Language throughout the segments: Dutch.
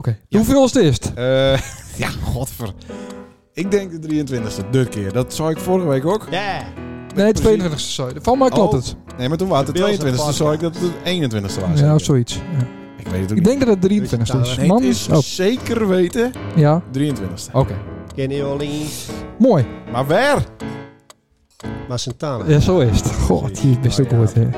Oké. Ja. Hoeveel is het eerst? Ja, godver. Ik denk de 23e, dit keer. Dat zou ik vorige week ook. Ja. Nee, 22e sorry. Van mij klopt het. Nee, maar toen was het de Beels 22e, en zou ik dat het de 21e was. Ja, zoiets. Ja. Ik weet het ook Ik denk dat het 23 Dus is. Nee, Man, het is oh, zeker weten ja. 23e. Oké. Kenny Orleans. Mooi. Maar waar? Maar Santana. Ja, zo is het. God, je bent ook Ja. goed, hè.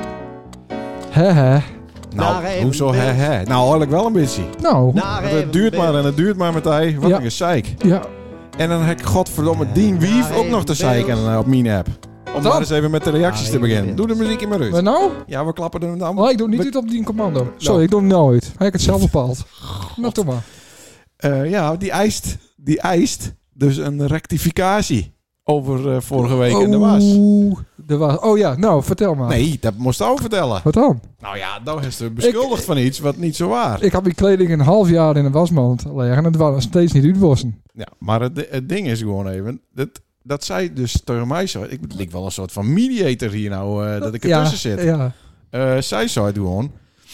Hè. Nou, Naar hoezo even hè? Nou, eigenlijk wel een beetje. Nou, Naar Want het duurt maar en het duurt maar met hij. Wat Ja. een gezeik. ja. En dan heb ik godverdomme Dean Wief ook nog te zeiken op mijn app. Om dan? maar eens even met de reacties te Ja, beginnen. ja. Doe de muziek in mijn Maar rust. nou? Ja, we klappen er dan. Oh, ik doe het niet uit op die commando. Sorry, ik doe het nou uit. Hij heeft het zelf bepaald. Nou, toch maar. Ja, die eist dus een rectificatie over vorige week en de was. De was. Oh ja, nou, vertel maar. Nee, dat moest je ook vertellen. Wat dan? Nou ja, nou is ze beschuldigd van iets wat niet zo waar. Ik had mijn kleding een half jaar in een wasmand liggen en het was nog steeds niet uitwassen. Ja, maar het ding is gewoon even... Dat zij dus tegen mij zo... Ik lijk wel een soort van mediator hier nou, dat ik ertussen zit. Ja. Zij zei gewoon...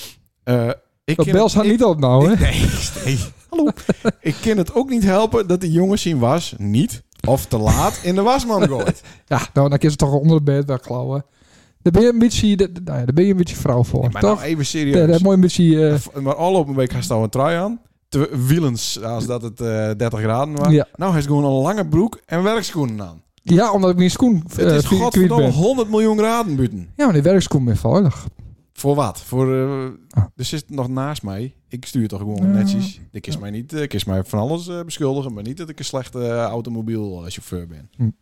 ik Dat ken bel staat het- niet op nou, hè? Nee. Hallo. Ik kan het ook niet helpen dat de jongen zien was niet of te laat in de wasman gooit. Ja, nou, dan kun je toch onder de bed wegklauwen. Daar ben je een beetje, daar ben je een beetje vrouw voor, Maar toch? nou even Ja, serieus. dat is mooi een beetje... Maar al op een week gaat staan een trui aan. Wielens als dat het 30 graden was. Ja. Nou, hij is gewoon een lange broek en werkschoenen aan. Ja, omdat ik mijn schoen Het is kwijt godverdomme ben. 100 miljoen graden buiten. Ja, maar die werkschoen ben veilig. Voor wat? Ah. Er zit nog naast mij. Ik stuur toch gewoon Ja. netjes. Ik kies mij niet. Ik kies mij van alles beschuldigen, maar niet dat ik een slechte automobielchauffeur ben. Hm.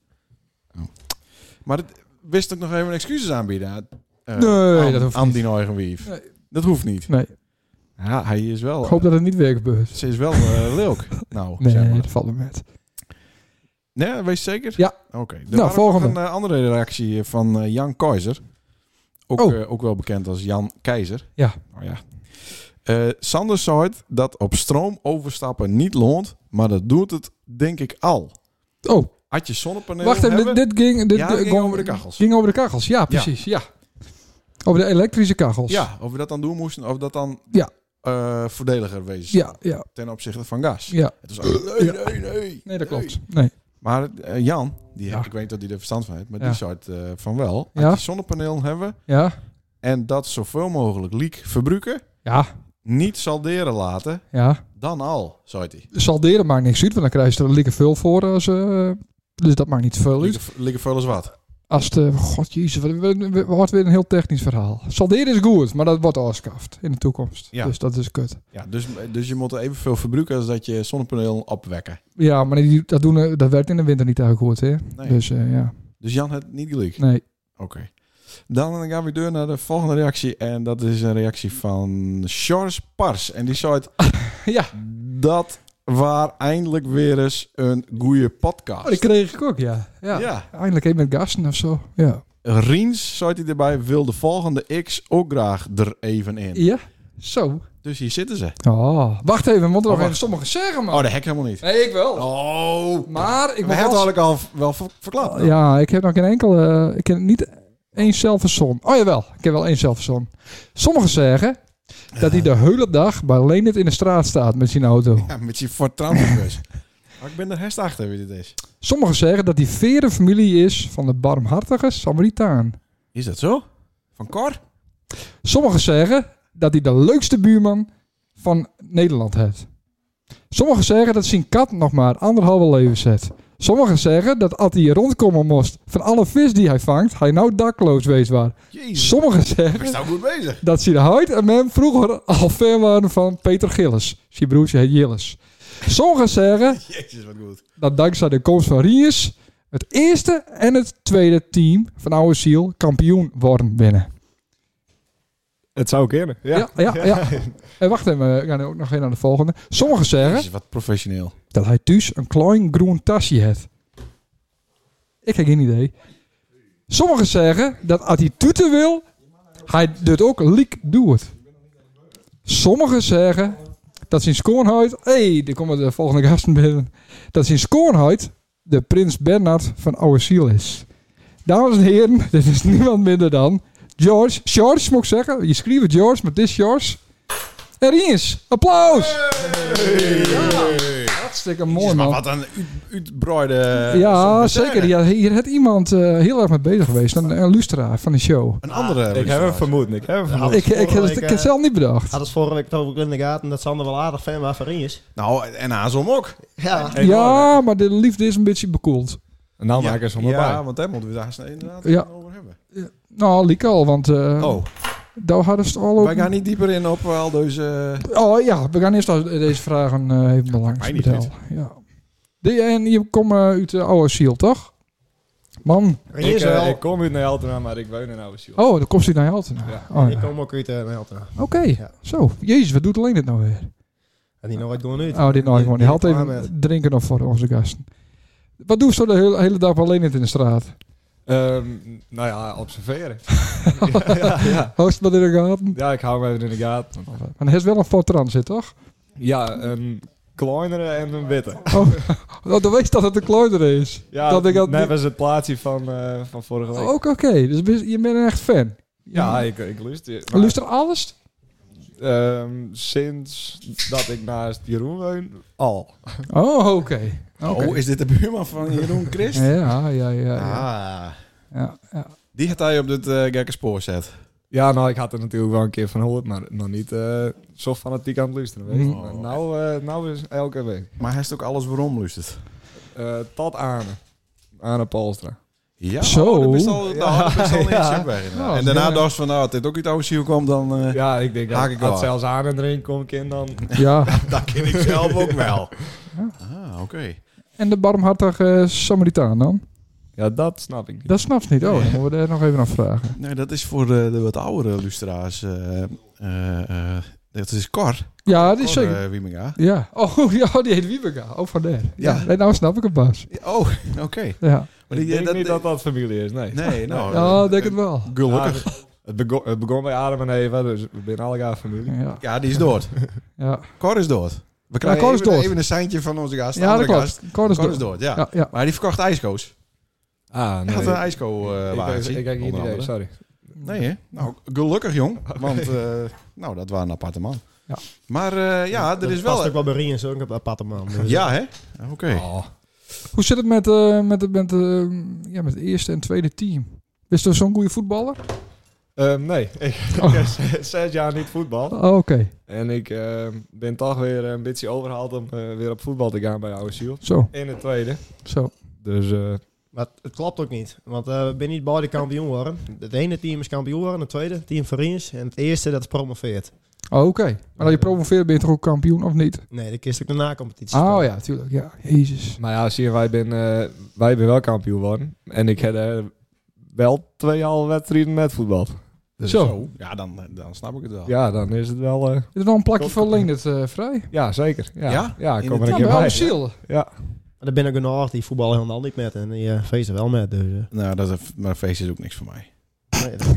Oh. Maar wist ik nog even excuses aanbieden? Nee, dat hoeft aan niet. die eigen wief. Nee. Dat hoeft niet. Nee, Ja, hij is wel. ik hoop dat het niet weer gebeurt. Ze is wel leuk. Nou, Nee, zeg maar. dat valt me met. Nee, wees zeker? Ja. Oké. Nou, volgende. Een andere reactie van Jan Keizer. Ook, Oh. ook wel bekend als Jan Keizer. Ja. Oh, ja. Sander zei dat op stroom overstappen niet loont, maar dat doet het denk ik al. Oh, Had je zonnepanelen wacht even, hebben? dit ging... Dit Ja, dat ging over de kachels. Ging over de kachels, ja, precies, ja. Over de elektrische kachels. Ja, of we dat dan doen moesten, of dat dan Ja. voordeliger wezen Ja, ja, ten opzichte van gas. ja. Het is nee. Nee, dat klopt. Nee. Maar Jan, Ja. ik weet dat hij er verstand van heeft, maar Ja. die zei het van wel. Ja. Als je zonnepanelen hebben Ja, en dat zoveel mogelijk liek verbruiken, ja, niet salderen laten, ja. dan al, zei hij. Salderen maakt niks uit, want dan krijg je er lekker veel voor. Dus dat maakt niet veel uit. Liggen veel als wat. Als het... God jezus, wat wordt weer een heel technisch verhaal. Salderen is goed, maar dat wordt afgeschaft in de toekomst. Ja. Dus dat is kut. Ja, dus je moet er evenveel verbruiken als dat je zonnepaneel opwekken. Ja, maar dat werkt in de winter niet erg goed, hè? Nee. Dus ja, Dus Jan het niet gelijk. nee. Oké. Dan gaan we door naar de volgende reactie. En dat is een reactie van Sjors Pars. En die zei het, Ja, dat waar eindelijk weer eens een goede podcast. die kreeg ik ook, ja. Ja. Ja. Eindelijk even met gasten of zo. Ja. Riens, zei hij erbij, wil de volgende X ook graag er even in. Ja, zo. Dus hier zitten ze. Oh, wacht even, we moeten nog wacht. even sommigen zeggen, man. Oh, dat hek helemaal niet. Nee, ik wel. Oh. Maar ik We moet hebben wel... het eigenlijk al wel verklapt. Ja, ik heb nog geen enkele... Ik heb niet één zelfverzonnen. Oh jawel, ik heb wel één zelfverzonnen. Sommigen zeggen dat hij de hele dag bij Leendert in de straat staat met zijn auto. Ja, met je Ford Transport. Maar ik ben er herst achter wie dit is. Sommigen zeggen dat hij verre familie is van de barmhartige Samaritaan. Is dat zo? Van Cor? Sommigen zeggen dat hij de leukste buurman van Nederland heeft. Sommigen zeggen dat zijn kat nog maar 1,5 leven zet. Sommigen zeggen dat als hij rondkomen moest van alle vis die hij vangt, hij nou dakloos wees was. Jezus. Sommigen We zeggen staan goed bezig. dat zijn huid en hem vroeger al fan waren van Peter Gillis. Zijn broertje heet Jillis. Sommigen zeggen Jezus, wat goed. dat dankzij de komst van Ries het eerste en het tweede team van Oude Ziel kampioen worden binnen. Het zou kunnen. Ja. Ja. En wacht even, we gaan ook nog even naar de volgende. Sommigen zeggen Jezus, wat professioneel. dat hij thuis een klein groen tasje heeft. Ik heb geen idee. Sommigen zeggen dat als hij tuten wil, hij dit ook liek doet. Sommigen zeggen dat zijn schoonheid... daar komen de volgende gasten binnen. Dat zijn schoonheid de prins Bernhard van Oude Ziel is. Dames en heren, dit is niemand minder dan George. George, moet ik zeggen. Je schreef George, maar dit is George. Er is. Applaus. Hey. Hartstikke mooi, Maar man. wat een uitbreide... Ja, zo'n zeker. Ja, hier had iemand heel erg mee bezig geweest. Een luisteraar van de show. Een andere... Ik heb hem vermoed. Ik Ik heb het zelf niet bedacht. Had het vorige week over in de gaten dat Sander wel aardig fan was van Rinjes. Nou, en Azom ook. Ja. Ja, maar de liefde is een beetje bekoeld. En nou maken ze hem erbij. Ja, want daar moeten we daar inderdaad Ja. over hebben. Nou, liek al, want Oh, daar hadden ze het al wij over. gaan niet dieper in op al deze... Oh ja, we gaan eerst al deze vragen even belangrijk Mij niet vertellen. Ja. En je komt uit de oude ziel, toch? Man. Ik kom uit Nijltena, maar ik woon in Oudeziel. Oh, dan komt hij naar Helten. Ja. Oh, Ik ja. kom ook uit Nijltena. Oké, Ja. zo. Jezus, wat doet alleen dit nou weer? En die nooit gewoon uit. Oh, dit nou gewoon. Die had klaar even met. drinken nog voor onze gasten. Wat doe je zo de hele dag alleen in de straat? Nou ja, observeren. Hoogst wat in de gaten. Ja, ik hou me even in de gaten. Maar hij is wel een Ford Transit, toch? Ja, een kleinere en een witte. Oh, dan weet je dat het een kleinere is. Ja, dat ik net was het plaatsje van vorige week. Ook oké. Dus je bent een echt fan. Ja, ik luister. Luister alles? Sinds dat ik naast Jeroen woon, al. Oh, oké. Oh, is dit de buurman van Jeroen Christ? Ja. Ah, Ja. die gaat hij op dit gekke spoor zet. Ja, nou, ik had er natuurlijk wel een keer van gehoord, maar nog niet zo fanatiek aan het luisteren. Weet je. Oh. Maar nou is elke week. Maar hij is ook alles waarom luistert. Tot Anne Polstra. Ja, Zo. oh, dat is al, Ja. dat is al Ja. niet weg. Ja, En daarna ja. dacht van, nou, als dit ook uit oude ziel komt, dan... Ja, ik denk Haak dat ik wel. als zelfs Anne erin komt, dan... Ja. dat ken ik zelf ook wel. Ah, oké. En de barmhartige Samaritaan dan? Ja, dat snap ik niet. Dat snap je niet. Oh, dan moeten we daar nog even aan vragen. Nee, dat is voor de wat oudere lustra's. Dat is Cor. Ja, die is Cor, zeker. Wieminga. Ja. Oh, ja, die heet Wiebega. Oh, van daar. Ja. Ja. Nee, nou snap ik het pas. Oh, oké. Ja. Maar Ik denk niet dat dat familie is, nee. Nee, nou... Ja, denk het wel. Gelukkig. Ja, het begon bij Adam en Eva, dus we zijn allemaal familie. Ja. Ja, die is dood. Ja. Cor is dood. We krijgen Cor is even, dood. even een seintje van onze gast. Ja, dat andere klopt. gast. Cor is Cor is dood. dood, ja. Ja, ja. Maar die verkocht ijskoos. Ah, Hij nee. had een ijsko wagentje. Ik heb geen onder idee, andere. sorry. Nee, hè? Nou, gelukkig, jong. Want, nou, dat waren een aparte man. Ja. Maar ja, er is wel... past ook wel bij Rinjes, ook een aparte man. Dus- Ja, hè? Oké. Oh. Hoe zit het met het eerste en tweede team? Is er zo'n goede voetballer? Nee, ik Oh. heb 6 jaar niet voetbal. Oh, oké. En ik ben toch weer een beetje overgehaald om weer op voetbal te gaan bij Oude Ziel. Zo, In het tweede. zo. Dus Maar het klopt ook niet. Want we zijn niet beide kampioen worden. Het ene team is kampioen worden, het tweede team Verriens. En het eerste dat is promoveerd. Oh, oké. Maar als je promoveert ben je toch ook kampioen of niet? Nee, dan kies ik de na-competitie. Oh ja, tuurlijk. Ja, jezus. maar ja, zie je, wij zijn wel kampioen geworden. En ik heb wel 2,5 wedstrijden met voetbal. Dus Zo. Ja, dan snap ik het wel. Ja, dan is het wel... Is er nog een plakje voor Leendert vrij? ja, zeker. Ja, Ja? ja ik In kom het er een Ja, keer bij bij. Ziel. Ja. Maar er ben ik nog die voetballen helemaal niet met. En die feesten wel met. Dus, Nou, maar een feest is ook niks voor mij. nee, dat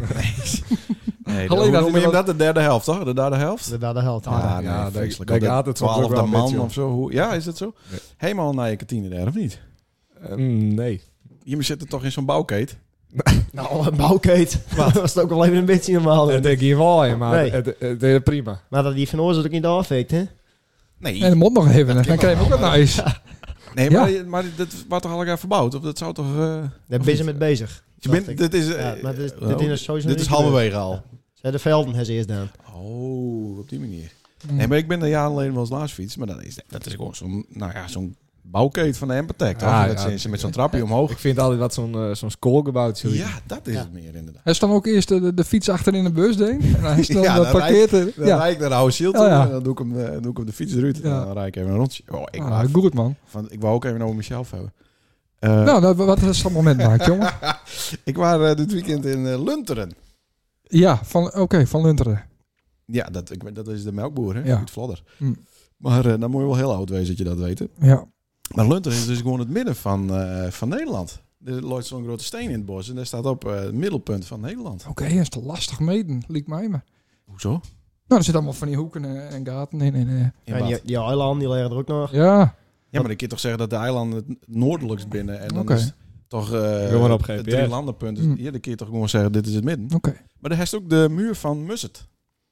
Nee, Alleen hoe dat noem hij je dat- dat? De derde helft, toch? De derde helft? is daar de held. Ja, nee, daar- vreselijk. daar De gaat het soms ook 12e wel een man beetje om. of zo. Ja, is dat zo? Nee. Helemaal naar je kantine daar, of niet? Nee. Je zit er toch in zo'n bouwkeet? Nou, een bouwkeet. Dat was het ook wel even een beetje normaal. Dat denk je wel in, maar Nee. het is prima. Maar dat die van ons ook niet afveekt, hè? Nee. En de mond nog even. Dan krijg je ook wat nice. Nee, Ja. maar dat wordt toch al elkaar verbouwd? Of dat zou toch... Daar ben ze mee bezig. je dacht bent, ik. dit is... Ja, maar dit oh, is sowieso dit niet is halverwege al. gebeurd. Ze hebben de velden hebben ze eerst gedaan. Oh, op die manier. Nee, maar ik ben er jaren geleden wel eens langs fiets. Maar dat is gewoon zo'n, nou ja, zo'n bouwkeet van de Empatec. toch? Ja, Dat ja. ze met zo'n trapje omhoog. Ik vind altijd wat zo'n schoolgebouw. Ja, dat is Ja. het meer inderdaad. Hij stond ook eerst de fiets achter in de bus deed. En hij stond Ja, dat dan parkeert er. Dan Ja, rijd ik naar de oude Shield toe Oh, ja. en dan doe ik hem de fiets eruit. En Ja. dan rijd ik even een rondje. Oh, goed man. ik wou ook even over mezelf hebben. Nou, wat is dat moment maakt, jongen? Ik was dit weekend in Lunteren. Ja, van Lunteren. Ja, dat is de melkboer, hè? Ja. Uit Vlodder. Hm. Maar dan moet je wel heel oud wezen dat je dat weet. Ja. Maar Lunteren is dus gewoon het midden van Nederland. Er loopt zo'n grote steen in het bos en daar staat op het middelpunt van Nederland. Oké, dat is te lastig meten, liep mij maar. Hoezo? Nou, er zitten allemaal van die hoeken en gaten in. Ja, die eilanden die liggen er ook nog. Ja, Ja, maar dan kun je toch zeggen dat de eilanden het noordelijkst binnen. En dan Oké. is het toch Gewoon op het GPS. 3 landenpunt. Hm. Ja, dan kun je toch gewoon zeggen, dit is het midden. oké. Maar daar heeft ook de muur van Musset.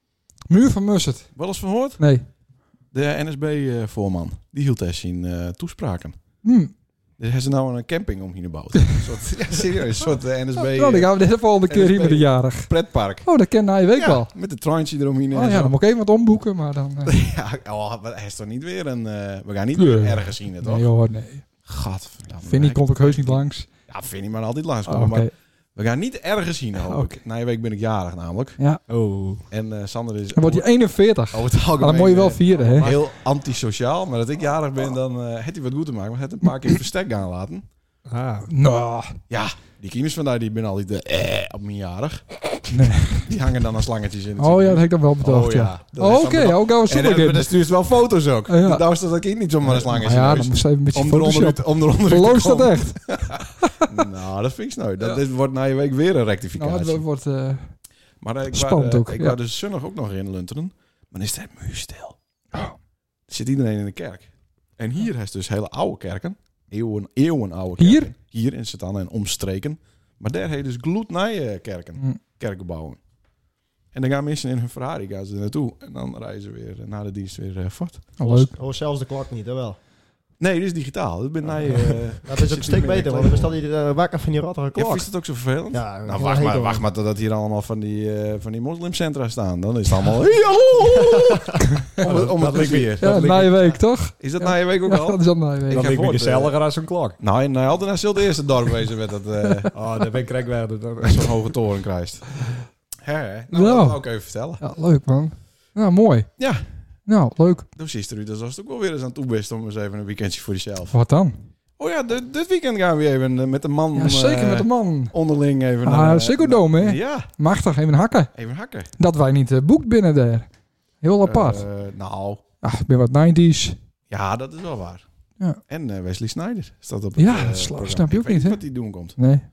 Muur van Mussert. Wel eens van gehoord? Nee. De NSB-voorman. Die hield daar zijn toespraken. Er hebben ze nou een camping om hier gebouwd. Serieus, een soort NSB... Nou, dan gaan we de volgende keer hier met de jarig. Pretpark. Oh, dat ken je week wel. Met de treintje eromheen. Oh ja, dan moet ik even wat omboeken, maar dan... Hij is toch niet weer een... we gaan niet Nee. weer ergens zien, toch? Nee hoor, nee. Gadverdamme. Vinnie komt ook heus niet langs. Ja, Vinnie maar altijd langs. Oh, oké. Maar we gaan niet ergens zien, hoop ik. Oké. Na je week ben ik jarig namelijk. Ja. Oh. En Sander is... Dan wordt je 41. over het algemeen... Maar dan moet je wel vieren, hè? Heel antisociaal. Maar dat ik jarig ben, dan heeft hij wat goed te maken. Maar hij heeft een paar keer verstek gaan laten. Ah. Nou, Ja, die kinders van daar die ben altijd op mijn jarig. nee. Die hangen dan als slangetjes in het Oh ja, dat ziekenhuis. heb ik dan wel bedacht, ja. Dat is dan Oké, bedacht. ook gaan we En super dan stuurt ze wel foto's ook. Ja. Ja. Daar is dat kind niet zomaar een slangetje ja, in dan huis. moest je even een beetje Om eronder Photoshop. om eronder te Verloos dat komen. echt? Nou, dat vind ik sneu. Dit wordt na je week weer een rectificatie. Nou, het wordt... Maar ik spannend ook, Ik ja. wou dus zonnig ook nog in lunteren. Maar dan is het muurstil. Oh. Er zit iedereen in de kerk. En hier heeft dus hele oude kerken. Eeuwen oude kerken. Hier? Hier in Zetanne en omstreken. Maar daar heeft dus gloednije kerken. Hm. Kerkgebouwen. En dan gaan mensen in hun Ferrari gaan ze er naartoe. En dan rijden ze weer na de dienst weer voort. Oh, leuk. Oh, zelfs de klok niet, hè wel. Nee, dit is digitaal. Dat ben jij... Dat is ook een stuk beter, want dan staat hij wakker van die rottige Ja, klok. is dat ook zo vervelend? Ja, Nou, heel wacht hekel. maar totdat hier allemaal van die moslimcentra staan. Dan is het allemaal... om het weer. Ja, na je week, toch? Is dat na je week ook Ja, al? dat is al na je week. Dat heb vind ik me gehoord, gezelliger als een klok. Nou, in Altena zult het eerste dorp wezen met dat Oh, daar ben ik krek weg. zo'n hoge toren krijgt. Hè? Nou, Nou. dat wou ik even vertellen. Ja, leuk man. Nou, mooi. Ja. Nou, leuk. Dan zie je er dus als het ook wel weer eens aan toe best om eens even een weekendje voor jezelf. Wat dan? Oh ja, dit weekend gaan we even met de man... Ja, zeker met de man. Onderling even... Ah, Ziggo Dome, hè? Ja, Machtig, even hakken. even hakken. Dat wij niet boekt binnen daar. Heel apart. Nou, Ach, ik ben wat 90s. ja, dat is wel waar. Ja. En Wesley Sneijder staat op het Ja, programma. snap je ook Ik weet niet, hè? wat die doen komt. Nee.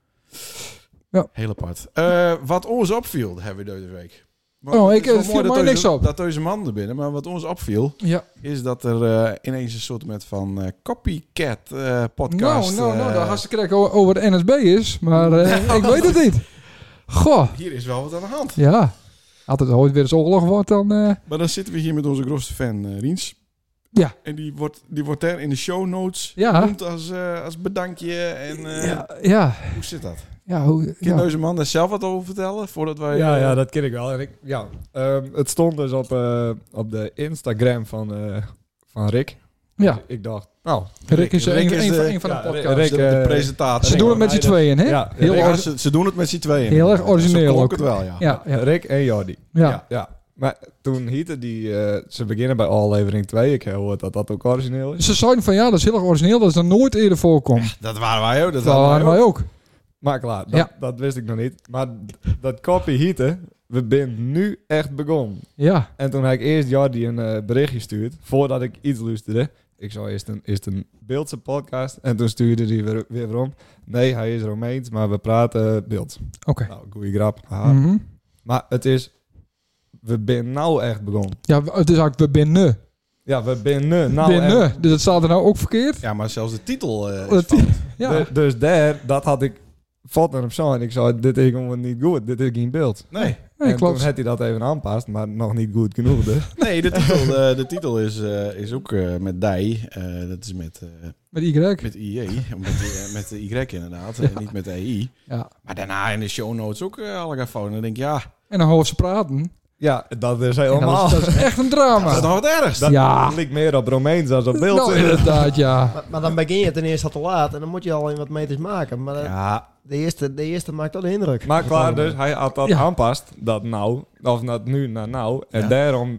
Heel apart. Wat ons opviel, hebben we deze week. Maar Oh, het ik is wel viel mooi mij dat niks op. Dat deze man er binnen. Maar wat ons opviel, Ja. is dat er ineens een soort met van copycat podcast... Nou, daar had ze kijken over de NSB is. Maar ik weet het niet. Goh. Hier is wel wat aan de hand. Ja. Altijd ooit weer eens oorlog wordt, dan... Maar dan zitten we hier met onze grootste fan, Riens. Ja. En die wordt daar in de show notes Ja. genoemd als bedankje. En ja. hoe zit dat? Ja, hoe... Kan Ja. deze man daar zelf wat over vertellen? Voordat wij... Ja, dat ken ik wel. En het stond dus op de Instagram van Rick. Ja. Dus ik dacht, nou... Rick is Rick is een van de ja, podcasts. Rick, de presentator. Ze doen het met z'n tweeën, hè? Ja, Heel Rick- or- Ze doen het met z'n tweeën. Heel erg origineel Zo klonk ook. het wel, ja. Ja, ja. Rick en Jordi. Ja. Ja. Maar toen hiette die... ze beginnen bij aflevering 2. Ik heb gehoord dat dat ook origineel is. Ze zeiden van ja, dat is heel erg origineel, dat is nog nooit eerder voorkomt. Dat waren wij ook. Dat Dat hadden waren wij ook. Maar klaar, Ja. dat wist ik nog niet. Maar dat copy hieten, we zijn nu echt begonnen. Ja. En toen heb ik eerst Jordi een berichtje gestuurd, voordat ik iets luisterde. Ik zou eerst een beeldse podcast. En toen stuurde hij weer om. Nee, hij is Romeins, maar we praten beeld. Oké. Nou, goeie grap. Haha. Mhm. Maar het is... We zijn nou echt begonnen. Ja, het is eigenlijk we binnen. Ja, we zijn nu. Nou Binnen. echt. Dus het staat er nou ook verkeerd. Ja, maar zelfs de titel is Het- fout. Ja. Dus daar, dat had ik... Valt naar hem zo. En ik zei, dit is gewoon niet goed. Dit is geen beeld. Nee. Nee, en klopt. toen had hij dat even aanpast, maar nog niet goed genoeg. Dus. Nee, de titel is ook met Dij. Dat is met Met Y. IE. Met de Y inderdaad. En niet met de EI. Ja. Maar daarna in de show notes ook allerlei fouten. Dan denk ik, ja, En dan horen ze praten. Ja, dat is En helemaal... dat is echt een drama. dat is nog wat ergst. Dat Ja. lijkt meer op Romeins als op beeld. Nou, inderdaad, ja. Maar dan begin je ten eerste al te laat en dan moet je al in wat meters maken. Maar Ja, de eerste maakt wel de indruk. Maar klaar, dus hij had dat Ja. aanpast, dat nou, of dat nu naar nou. En Ja. daarom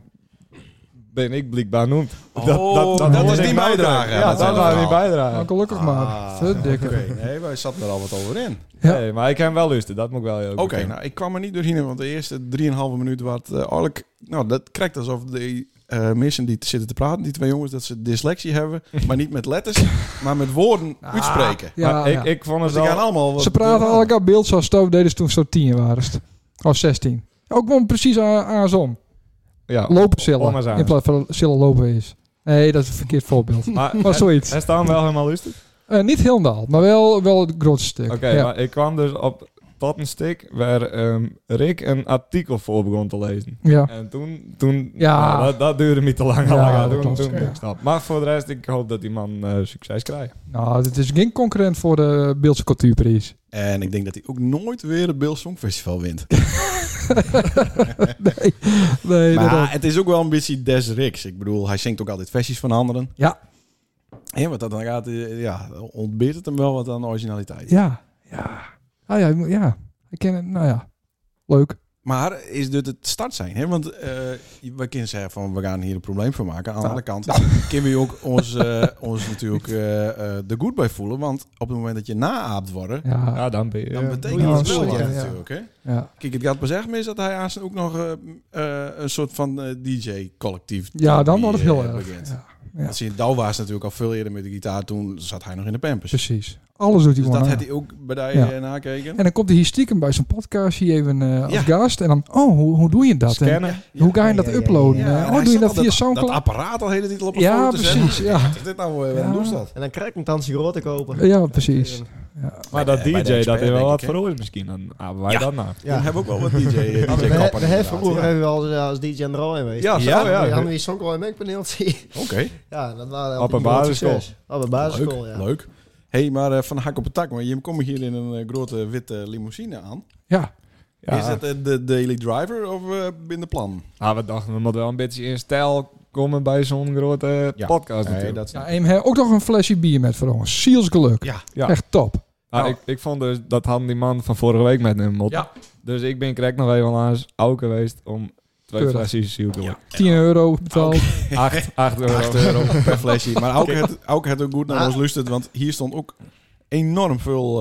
ben ik blijkbaar noemd. Oh, dat hoorde is ik die nou bijdrage. Ja, Ja, dat dat was is die wel. bijdrage. Nou, gelukkig maar. Verdikke. Oké, nee, wij zaten er al wat over in. Ja. Nee, maar ik kan hem wel luisteren, dat moet ik wel heel goed Oké, kennen. nou, ik kwam er niet doorheen, want de eerste 3,5 minuut wat eigenlijk... Nou, dat krijgt alsof de mensen die zitten te praten, die twee jongens, dat ze dyslexie hebben. Maar niet met letters, maar met woorden uitspreken. Ja, maar ja. ik vond het Dus die gaan wel... allemaal... wat Ze praten doen. elkaar beeld zoals Stoof deden ze toen ze 10 waren. Of 16. Ook gewoon precies aansom. Ja, Lopen zullen. Om eens aan. In plaats van zullen lopen is. Nee, dat is een verkeerd voorbeeld. Maar zoiets. Hij staan wel helemaal luisteren. Niet helemaal, maar wel het grootste stuk. Oké, ja. maar ik kwam dus op pottenstick waar Rick een artikel voor begon te lezen. Ja. En toen Ja. nou, dat duurde niet te lang. Ja, dat toen klopt, ben ja. ik snap. Maar voor de rest, ik hoop dat die man succes krijgt. Nou, het is geen concurrent voor de Beeldse Cultuurprijs. En ik denk dat hij ook nooit weer het Beels Songfestival wint. Nee, dat ook. Maar het is ook wel een beetje des Riks. Ik bedoel, hij zingt ook altijd versies van anderen. Ja. En wat dat dan gaat, ontbeert het hem wel wat aan de originaliteit. Ja. Ah ja. Ik ken het, nou ja. Leuk. Maar is dit het start zijn? Hè? Want we kunnen zeggen van we gaan hier een probleem van maken. Aan de andere kant kunnen we ook ons natuurlijk er goed bij voelen. Want op het moment dat je naaapt wordt, Ja. Dan ben je... dan betekent ja, het wel zeker, wat ja. natuurlijk. Hè? Ja. Kijk, het gaat pas echt mis dat hij aan ook nog een soort van DJ-collectief Ja, dan wordt het heel erg. begint. Ja. Ja. Want in Douw was natuurlijk al veel eerder met de gitaar. Toen zat hij nog in de Pampers. Precies. Alles doet hij Dus gewoon dat aan. had hij ook bij die Ja. nakeken. En dan komt hij hier stiekem bij zijn podcast hier even als Ja. gast. En dan, hoe doe je dat? En Scannen. hoe ga je dat Ja. uploaden? Ja, en Hoe hij doe je zat dat al via dat Soundcloud? apparaat al hele titel op een Ja, foto te zetten. precies, ja. Wat is dit nou? Ja. Wat doen ze dat? En dan krijg ik een tandje groot te kopen. Ja, precies. Ja. Maar dat bij de DJ, dat expert, is wel denk wat ik, hè? voor ons misschien. Dan hebben wij Ja. dat nou. Ja. We hebben ook wel wat DJ We kappen. hebben vroeger hebben we als DJ aan de rol geweest. Ja, Ja? zo, ja. We hadden die Songcall en Mengpaneeltje. Oké, Ja, dat waren Op een basisschool. Op een basisschool, leuk. ja. Leuk. Hey, maar van de hak op het tak, maar je komt hier in een grote witte limousine aan. Ja. Ja. Is dat de Daily Driver of binnen de plan? Nou, we dachten, we moeten wel een beetje in stijl komen bij zo'n grote Ja. podcast Nee, natuurlijk. dat Ja, en we hebben ook nog een flesje bier met voor ons. Ziels geluk. Ja. Ja. Echt top. Nou, ik vond dus, dat hadden die man van vorige week met hem mot. Ja. Dus ik ben correct nog even aan Auke geweest om 2 Keurig. flesjes ziel te worden. €10 betaald. 8 euro. 8 euro per flesje. Maar ook het ook goed naar Ah. ons luisterd, want hier stond ook enorm veel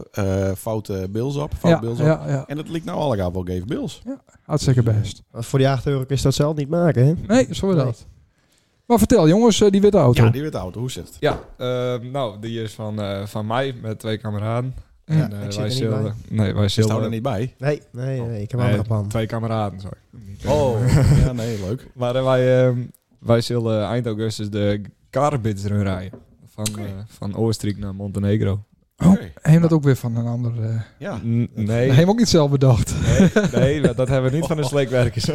foute bills op. Fout bills op. Ja. En het lijkt nou allemaal wel geven bills. Hartstikke best. Maar voor die 8 euro is dat zelf niet maken, hè? Nee, zo is Nee. dat. Maar vertel jongens, die witte auto. Ja, die witte auto, hoe zit het? Ja, nou, die is van mij met 2 kameraden. Ja, En ik zit wij er niet zullen... Nee, wij Zit er zullen... niet bij? Nee, ik heb andere plan. 2 kameraden, sorry. Niet, Oh, ja, nee, leuk. Maar wij zullen eind augustus de Carbits run rijden. Van Oostenrijk naar Montenegro. Oh, Oké. hij heeft dat ook weer van een ander... Ja. Nee, Hij heeft hem ook niet zelf bedacht. nee, dat hebben we niet van de sleekwerkers.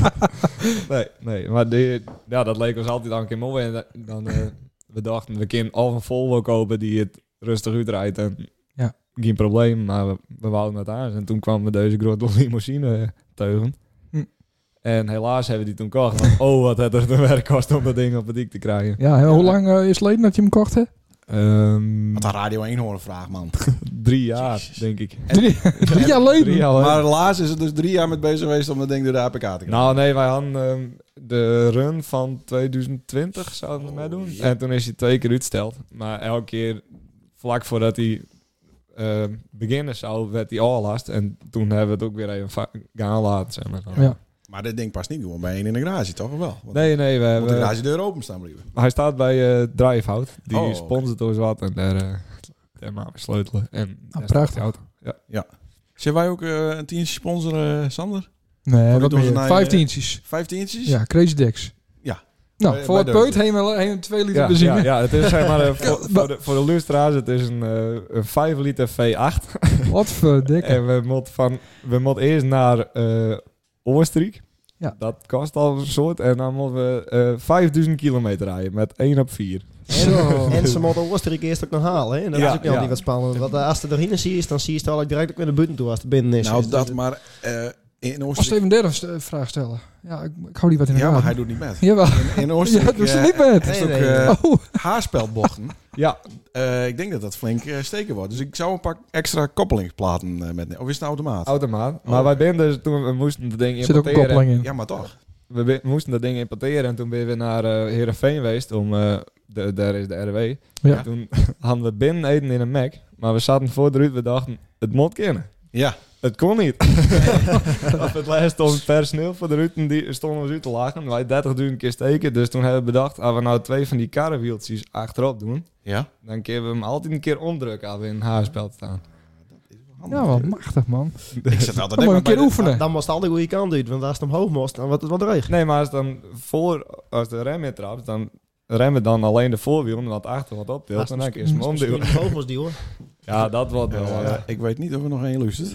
nee, maar dat leek ons altijd al een keer mooi. En dan, we dachten, we kunnen al een Volvo kopen die het rustig uitrijdt. En Ja. geen probleem, maar we wouden het aan. En toen kwamen we deze grote limousine teugen. Hm. En helaas hebben we die toen gekocht. Want, wat het er te werk kost om dat ding op het dik te krijgen. Ja, en hoe lang is het geleden dat je hem kocht hebt? Wat een Radio 1 horen vraag, man. 3 jaar, Jezus. denk ik. 3 jaar geleden. 3 jaar. Maar helaas is het dus 3 jaar met bezig geweest om dat ding door de APK te krijgen. Nou nee, wij hadden de run van 2020 zouden we meedoen. ja. En toen is hij 2 keer uitgesteld. Maar elke keer vlak voordat hij beginnen zou, werd hij afgelast. En toen hebben we het ook weer even gaan laten. Zeg maar. Ja. Maar dit ding past niet gewoon bij een in de garage, toch? Of wel? Want Nee, we moet de hebben... garagedeur openstaan blijven. Hij staat bij Drivehout. Die Oh, oké. sponsort ons wat. En daar maken we sleutelen. En daar staat prachtig. die auto. Ja. Zullen wij ook een tientje sponsoren, Sander? Nee, Voor wat dit onze meer. naaie- 5 tientjes. 5 tientjes? Ja, Crazy Dicks. Ja. Nou, Bij- voor bij het deze. peut heen we 2 liter benzine. Ja, het is zeg maar voor de luisteraars, het is een 5 liter V8. Wat verdikke. En we moeten eerst naar Oostenrijk. Ja. Dat kost al een soort. En dan moeten we 5000 kilometer rijden met 1 op 4. Zo. En ze moeten Oostenrijk eerst ook nog halen, hè? En dat Ja, is ook nog ja. niet wat spannend. Want als er erin zie is, dan zie je het al direct ook weer naar buiten toe als het binnen is. Nou, Dus dat maar in Als Oostenrijk... even een derde vraag stellen. Ja, ik hou die wat in de Ja, maar gaten. hij doet niet met. Jawel. In Ja, Oostenrijk doe ze niet met. is het ook Nee. Oh, haarspeldbochten. Ja, Ik denk dat dat flink steken wordt. Dus ik zou een paar extra koppelingsplaten met... Of is het een automaat? automaat. Maar Oh. wij zijn dus toen we moesten dat ding er zit ook een importeren. koppeling in. Ja, maar toch. Moesten dat ding importeren. En toen ben we naar Heerenveen geweest. Daar is de RW. Ja. Toen hadden we binnen eten in een Mac. Maar we zaten voor de ruit. We dachten, het moet kunnen. Ja. Het kon niet. Op het laatst stond personeel voor de ruiten, die stonden we uit te lachen. Wij 30.000 keer steken. Dus toen hebben we bedacht, als we nou 2 van die karrewieltjes achterop doen, Ja. dan kunnen we hem altijd een keer omdrukken als we in een haarspeld staan. Ja, wat machtig, man. Ik zat altijd Dan moet je maar een keer oefenen. Dan moest het al de goede kant uit, want als het omhoog moest, dan wordt het wat dreig. Nee, maar als de rem in trapt, dan remmen dan alleen de voorwiel, want achter wat optilt. En dan kun je hem omduwen. omhoog moest die hoor. Ja, dat wordt wel... Ik weet niet of er nog één luistert.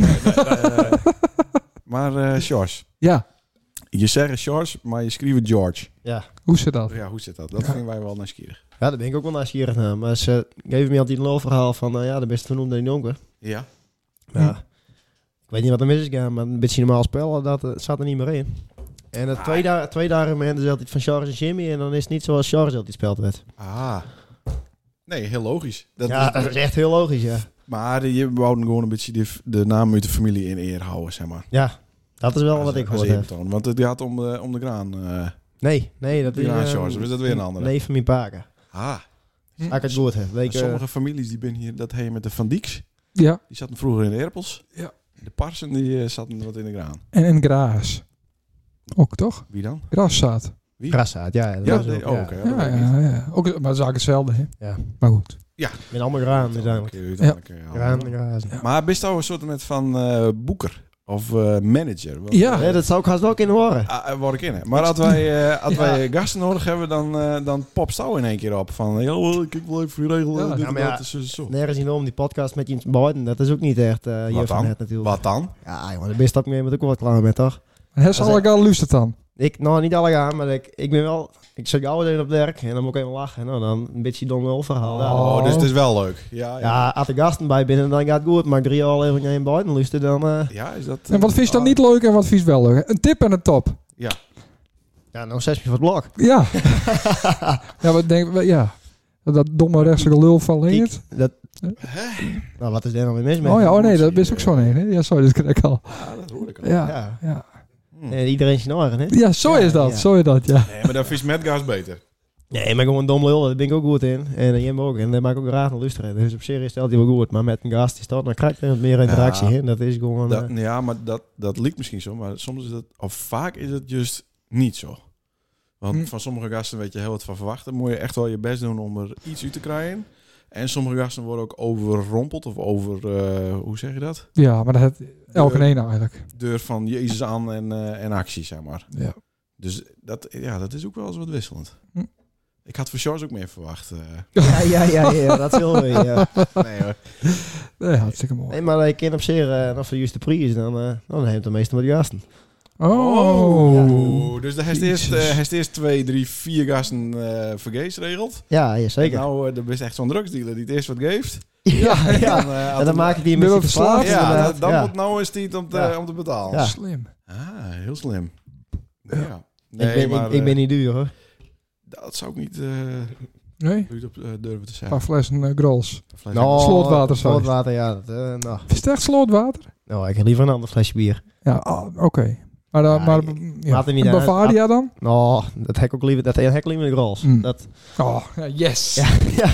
Maar George. Ja, Je zegt George, maar je schrijft George. Ja. hoe zit dat? Ja, hoe zit dat? Dat vinden wij wel nieuwsgierig. Ja, daar ben ik ook wel nieuwsgierig naar. Maar ze geven me altijd een lulverhaal van, de beste vernoemde in donker. Ja. Ja. Ik weet niet wat er mis is gegaan, maar een beetje normaal spel, dat zat er niet meer in. En het twee dagen moment is altijd van Charles en Jimmy en dan is het niet zoals Charles altijd speelt werd. Ah. Nee, heel logisch. Dat Dat is echt heel logisch, ja. Maar je wou gewoon een beetje de naam uit de familie in eer houden, zeg maar. Ja, dat is wel wat ik Als hoorde. eerbetoon. Want het gaat om de graan. Nee, dat De is... graan George, of is dat weer een andere? Nee, van mijn paken. Ah. Als ik het goed heb. Weet ik, Sommige families die ben hier, dat heet met de Van Dieks. Ja, Die zaten vroeger in de Erpels. Ja. De Parsen die zaten wat in de graan. en in Graas. Ook toch? Wie dan? Graszaad. Wie? Graszaad, ja. Dat Ja, is ook, oké. ja. dat weet ik niet. Ja. Ook, maar het is eigenlijk hetzelfde, hè? Ja. Maar goed. Met allemaal graan uiteindelijk. Graan, grazen. Maar bist nou een soort met van boeker of manager? Want, Ja. Ja, dat zou ik haast wel kunnen horen. Word ik in. Hè. Maar als wij gasten nodig hebben, dan popst jou in één keer op. Van, ik wil even regelen. Ja. dit Ja, en maar ja, dat, zo. Nergens in om die podcast met je buiten. Dat is ook niet echt hier Wat van dan? het natuurlijk. Wat dan? Ja, jongen, de beste op met ook wel wat klaar met, toch? En hij is Dat is allemaal luistert dan. Niet alle gaan, maar ik ben wel... Ik zit gauw even op werk en dan moet ik even lachen. Nou, dan een beetje dom lul verhaal. Ja, Oh, dus het is wel leuk. Ja, ja, als de gasten bij binnen, dan gaat het goed. Maar 3 jaar even naar je buiten luisteren, dan... Ja, is dat... En wat vind je dan niet leuk en wat vind je wel leuk? Een tip en een top. Ja. Ja, nou 6 voor het blok. Ja. Ja, wat denk je? Ja. Dat domme rechtse gelul van Leert. Dat... Nou, wat is daar nou weer mis mee? Oh nee, dat is ook zo een. Hè? Ja, sorry, dat krijg ik al. Ja, dat hoor ik al. Ja. Ja. Iedereen zijn eigen, hè? Ja, zo is dat. Ja. Zo is dat, ja. Nee, maar dan vis met gas beter. Nee, maar gewoon dom lul, daar ben ik ook goed in. En Jim ook. En daar maak ik ook graag naar luisteren. Dus op zich stelt hij wel goed. Maar met een gast is dat, dan krijg je meer interactie in. Dat is gewoon... Ja, maar dat lijkt misschien zo. Maar soms is het, of vaak is het juist niet zo. Want van sommige gasten weet je heel wat van verwachten. Moet je echt wel je best doen om er iets uit te krijgen. En sommige gasten worden ook overrompeld of hoe zeg je dat? Ja, maar dat heeft elke een eigenlijk. Deur van Jezus aan en actie, zeg maar. Ja. Dus dat is ook wel eens wat wisselend. Ik had voor George ook meer verwacht. Ja, dat wil we. Ja. Nee hoor. Nee, hartstikke mooi. Nee, maar ik ken op zich nog voor de juiste prijs. Dan heeft de meeste wat gasten. Oh. Dus hij heeft eerst 2, 3, 4 gasten vergeest regeld. Ja, zeker. En nou, er is echt zo'n drugsdealer die het eerst wat geeft. En dan maak ik die ben met wel je verslaafd. verslaafd, inderdaad. Dan Ja. moet nou eens tijd om te betalen. Ja. Slim. Ah, heel slim. Ja. Ik Nee, ben, maar ik ben niet duur, hoor. dat zou ik niet Nee? op durven te Een zeggen. paar flessen Grols. Slootwater, sorry. Slootwater, ja. Nou. Is het echt slootwater? Nou, ik heb liever een ander flesje bier. Ja, oké. Maar, dan, Ja, maar maakt er niet en uit. Bavaria dan? Nou, dat heb ik ook liever, de Grols. Dat... Oh, ja, yes. Ja.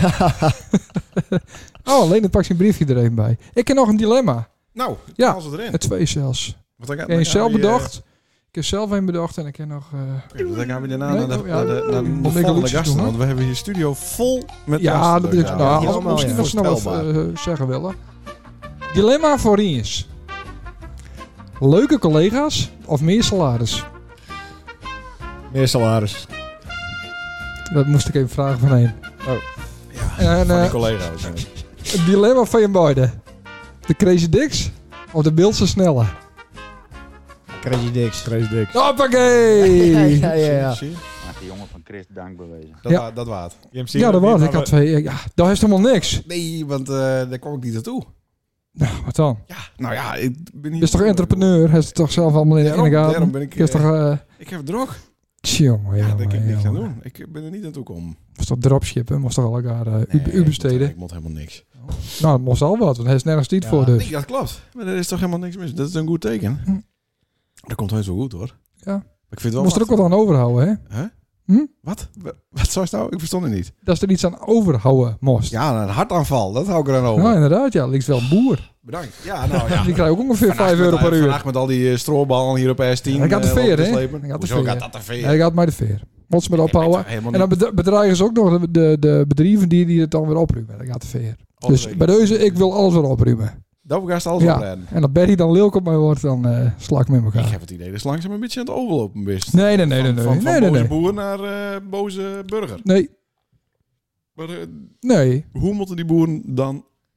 Oh, alleen het pak je een briefje er even bij. Ik heb nog een dilemma. Nou, Ja. haal ze erin. 2 zelfs. Want dan Ik heb zelf bedacht. Ik heb zelf een bedacht en ik heb nog... Dan gaan we daarna Nee, naar de, ja. naar de, naar de Moet ik volgende luxe gasten. doen, Want we hebben hier studio vol met ja, gasten. dat is... Ja. Nou, ja, als ik ja. misschien nog snel wat Voorspelbaar. zeggen willen. Dilemma voor Riens. Leuke collega's of meer salaris? Meer salaris. Dat moest ik even vragen van een. Oh. En, Van die collega's. het dilemma van je beide. De Crazy Dicks of de Beeldse Snelle? Crazy Dicks. Crazy dik. Hoppakee! Ja. Zie je? Maak de jongen van Chris dank bewezen. Dat waard. Ja, dat was. Ik had 2. Ja, daar is helemaal niks. Nee, want daar kwam ik niet naartoe. Nou, wat dan? Ja, nou ja, ik ben niet... Je is toch entrepreneur? Hij is het toch zelf allemaal in de Daarom gaten? ben ik... Je is toch... ik heb drog. Tjonge, Ja, daar kan ik niks aan jongen. doen. Ik ben er niet aan toe komen. Was toch dropshippen? Was toch al elkaar u besteden? Ik moet helemaal niks. Nou, dat moest al wat, want hij is nergens niet voor dus. Nee, dat klopt. Maar er is toch helemaal niks mis. Dat is een goed teken. Dat komt heus wel goed hoor. Ja. Maar ik vind het wel Moest er ook wat aan overhouden, hè? Hè? Hm? Wat? Wat zou het nou? Ik verstond het niet. Dat is er iets aan overhouden moest. Ja, een hartaanval. Dat hou ik eraan over. Ja, inderdaad. Ja, ligt wel een boer. Bedankt. Ja, nou ja. Die krijgt ook ongeveer Vannacht €5 per uur. Vandaag met al die strooballen hier op S10. Hij gaat te veer, lopen te hè? slepen. Hij gaat te Hoezo veer. gaat dat te veer? Hij gaat maar de veer. Moet ze maar ophouden. Helemaal En dan niet. bedreigen ze ook nog de bedrijven die het dan weer opruimen. Dat gaat te veer. Dus Opbreken. bij deze, ik wil alles weer opruimen. Dat gaat alles Ja. opleiden. En als Berry dan lelijk op mij wordt, dan sla ik met Ik elkaar. heb het idee dat is langzaam een beetje aan het overlopen best. Nee. Van boze Nee. boer naar boze burger. Nee. Maar Nee. hoe moeten die boeren dan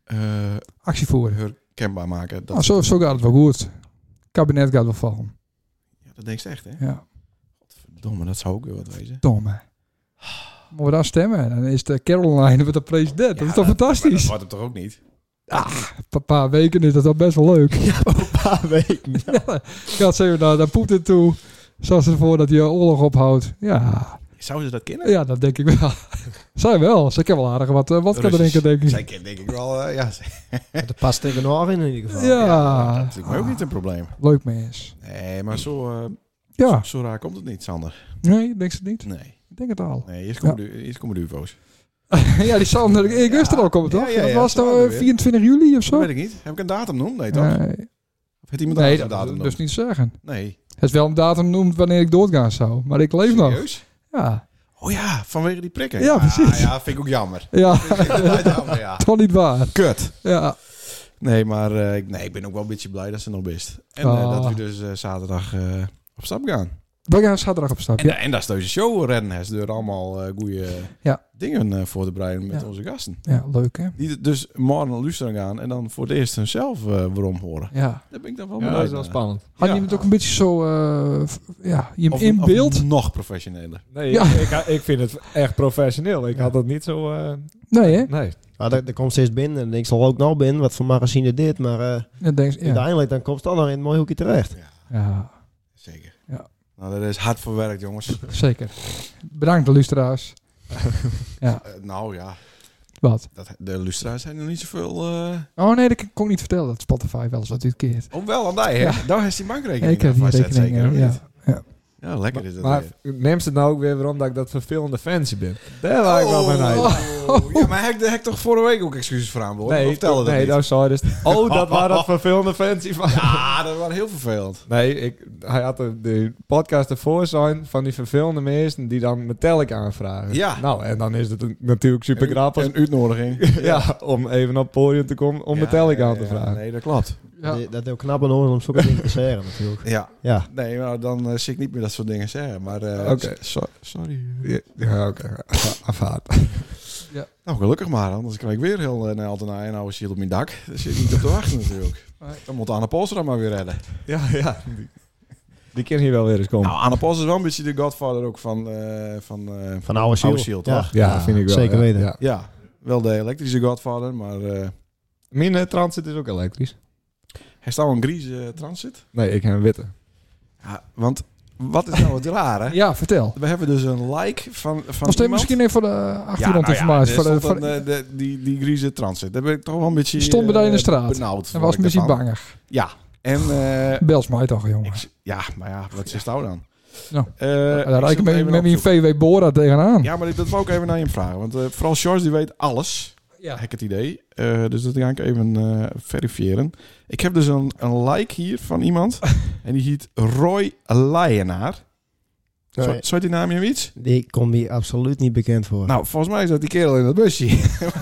actie voeren. herkenbaar maken. Dat, Nou, zo gaat het wel goed. Het kabinet gaat wel vallen. ja, dat denk je echt, hè? Ja, Verdomme, dat zou ook weer wat wezen. domme. Moeten we daar stemmen? Dan is de Caroline met de president. Dat is toch Maar dat fantastisch? wordt het toch ook niet? Een paar weken is dat al best wel leuk. Een paar weken. Ja, gaat ze even naar Poetin toe. Zoals ervoor dat hij oorlog ophoudt. Ja, Zouden ze dat kennen? ja, dat denk ik wel. Zij wel. Ze kan wel aardig wat kan drinken, denk ik. Zij kent denk ik wel, ja. Dat past tegen nog in ieder geval. Ja, Dat is natuurlijk ook niet een probleem. leuk mens. Nee, maar zo Ja, raar komt het niet, Sander. nee, denk ze het niet? Nee. Ik denk het al. Nee, eerst komen de ufo's. Ja, die Sander, ik wist er al komen, toch? Ja, Dat was zo dan weer. 24 juli of Dat zo? weet ik niet. Heb ik een datum genoemd? Nee, toch? Nee, Of heeft iemand nee, anders een dat datum wil ik genoemd? dus niet zeggen. Nee. Het is wel een datum genoemd wanneer ik doodgaan zou. Maar ik leef nog. Serieus? Ja, Oh ja, vanwege die prikken. Ja, precies. Ja, vind ik ook jammer. ja. Vind ik inderdaad jammer, ja. Toch niet waar. Kut. Ja. Nee, maar ik ben ook wel een beetje blij dat ze nog best. En dat we dus zaterdag op stap gaan. We gaan zaterdag op stap. Ja, En dat is deze show redden is door allemaal goede Ja. dingen voor te bereiden met Ja. onze gasten. ja, leuk hè? Die dus morgen naar luisteren gaan en dan voor het eerst hunzelf waarom horen. Ja. Daar ben ik dan wel Ja, dat blij is wel mee. spannend. Had Ja. je het ook een beetje zo, je hem Of- in of beeld? nog professioneler. Nee, Ja. ik vind het echt professioneel. Ik had dat niet zo... Nee hè? nee. Maar er komt steeds binnen. En ik zal ook nog binnen. Wat voor magazine dit. Maar Dat denk ik, ja. uiteindelijk dan komt het dan nog in het mooie hoekje terecht. Ja, Zeker. Ja. Nou, dat is hard voor werk, jongens. zeker. Bedankt de luisteraars. Ja, Nou ja, wat? de lustra's zijn nog niet zoveel... Oh nee, dat kan ik ook niet vertellen dat Spotify wel eens wat uitkeert. Oh, wel aan die, hè? Ja. Daar heeft die bankrekening. Ik heb die vast, rekening, zeker, of ja. niet? Ja. Ja, lekker is dat Maar weer. neemt ze het nou ook weer waarom dat ik dat vervelende fancy ben? Daar waar ik wel mee uit. Ja, maar heb ik toch vorige week ook excuses voor aanboden? Nee, Of vertelde dat nee, niet? dat zou dus... Oh, dat waren dat vervelende fancy van... Ja, dat was heel vervelend. Nee, hij had de podcast ervoor zijn van die vervelende mensen die dan Metallica aanvragen. Ja. Nou, en dan is het natuurlijk super grappig. Een uitnodiging. Ja, om even op het podium te komen om Metallica aan te vragen. Nee, dat klopt. Ja. Dat is ook knap en oor om zulke dingen te zeggen natuurlijk. Ja. Ja. Nee, nou, dan zie ik niet meer dat soort dingen zeggen. Maar Oké. sorry. Ja, oké. Afhaat. Nou, gelukkig maar. Anders krijg ik weer heel Nederland en een oude shield op mijn dak. Daar zit ik niet op te wachten natuurlijk. Nee. Dan moet Anne Polstra maar weer redden. Ja. Die kan hier wel weer eens komen. Nou, Anne Polstra is wel een beetje de godfather ook van Van oude Shield, ja. toch? ja, vind ik wel. Zeker ja. weten. Ja. Ja, wel de elektrische godfather, maar Mijn transit is ook elektrisch. hij staat een grieze transit. Nee, ik heb een witte. Ja, want wat is nou het rare? Ja, vertel. We hebben dus een like van Was dit iemand. misschien even voor de achtergrondinformatie? Ja, Voor de- stond voor- die grieze transit. Daar ben ik toch wel een beetje Die stond bij jou in de straat. benauwd. Dat word was ik misschien daarvan. bangig. Ja, en Bels mij toch, jongen. ja, maar ja, wat is nou dan? Nou, Daar Daar rijd ik met mijn VW Bora tegenaan. Ja, maar dat wou ik even naar je vragen. Want vooral George die weet alles. Ja. Heb ik het idee. Dus dat ga ik even verifiëren. Ik heb dus een like hier van iemand. En die heet Roy Leyenaar. Nee. Zou die naam je iets? Die komt hier absoluut niet bekend voor. Nou, volgens mij is dat die kerel in dat busje.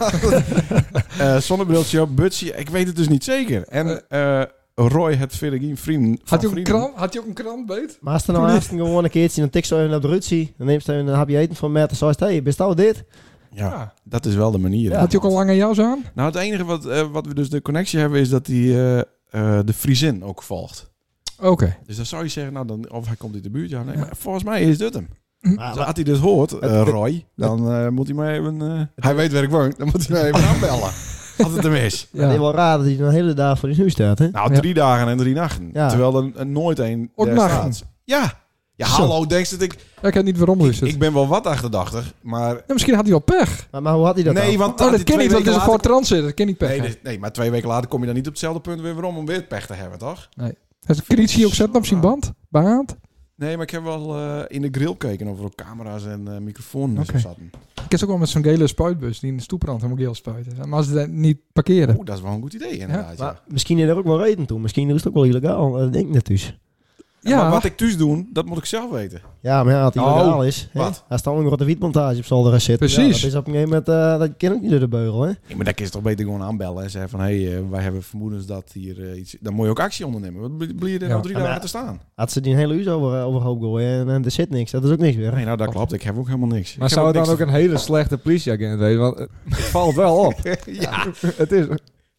Zonnebriltje op, busje. Ik weet het dus niet zeker. En Roy het Vergien vrienden. Had hij ook een krant beet? Maar als er nou haast gewoon een keertje een tik zo even naar de Rutsie, dan neemt hij een hapje eten van Matt en zegt, hey, best al dit? Ja, dat is wel de manier. hè. Had hij ook al lange jas aan? Nou, het enige wat we dus de connectie hebben is dat hij de Friesin ook volgt. Oké. Dus dan zou je zeggen, nou, dan, of hij komt uit de buurt. Ja, nee, maar volgens mij is dit hem. Maar, Dus als hij dit hoort, Roy, dan moet hij mij even... hij weet waar ik woon, dan moet hij mij even aanbellen. Als het hem is. het is Ja. wel raar dat hij een hele dag voor die nu staat, hè? Nou, Ja. 3 dagen en 3 nachten. Ja. Terwijl er nooit één Ook daar nachten? staat. Ja. Ja, Zo. hallo, denk je dat ik... Ja, ik heb niet waarom luistert. Ik ben wel wat achterdochtig, maar... Ja, misschien had hij wel pech. Maar hoe had hij dat Nee, dan? want... Oh, had dat hij ken 2 ik, want het is weken een voor later- transit. Dat ken ik pech. Nee, hebben. nee, maar 2 weken later kom je dan niet op hetzelfde punt weer weer om weer pech te hebben, toch? Heeft de kritie ook zetten op zijn band? Baand? Nee, maar ik heb wel in de grill gekeken of er ook camera's en microfoons Oké. op zaten. Ik heb ook wel met zo'n gele spuitbus die in de stoeprand helemaal geel spuiten. Maar als ze dat niet parkeren. Oeh, dat is wel een goed idee inderdaad. Ja. Maar misschien is er ook wel reden toe. Misschien is het ook wel illegaal. Dat denk ik net dus. Ja, Maar wat ik thuis doe, dat moet ik zelf weten. Ja, maar ja, als het Oh, illegaal is. hè, wat? Als er een grote wietmontage op zolder zit. Precies. Ja, dat is op een gegeven moment, dat ken ik niet door de beugel, hè? Nee, maar dan kun je toch beter gewoon aanbellen en zeggen van... Hé, wij hebben vermoedens dat hier iets... Dan moet je ook actie ondernemen. Wat blijf je er Ja. al 3 Ja, maar- dagen te staan? Als ze die een hele huis overhoop gooien en er zit niks, dat is ook niks weer. Nee, nou dat klopt. Ik heb ook helemaal niks. Maar zou het dan ook een hele slechte politieagent weten? Want het valt wel op. Ja. Het is...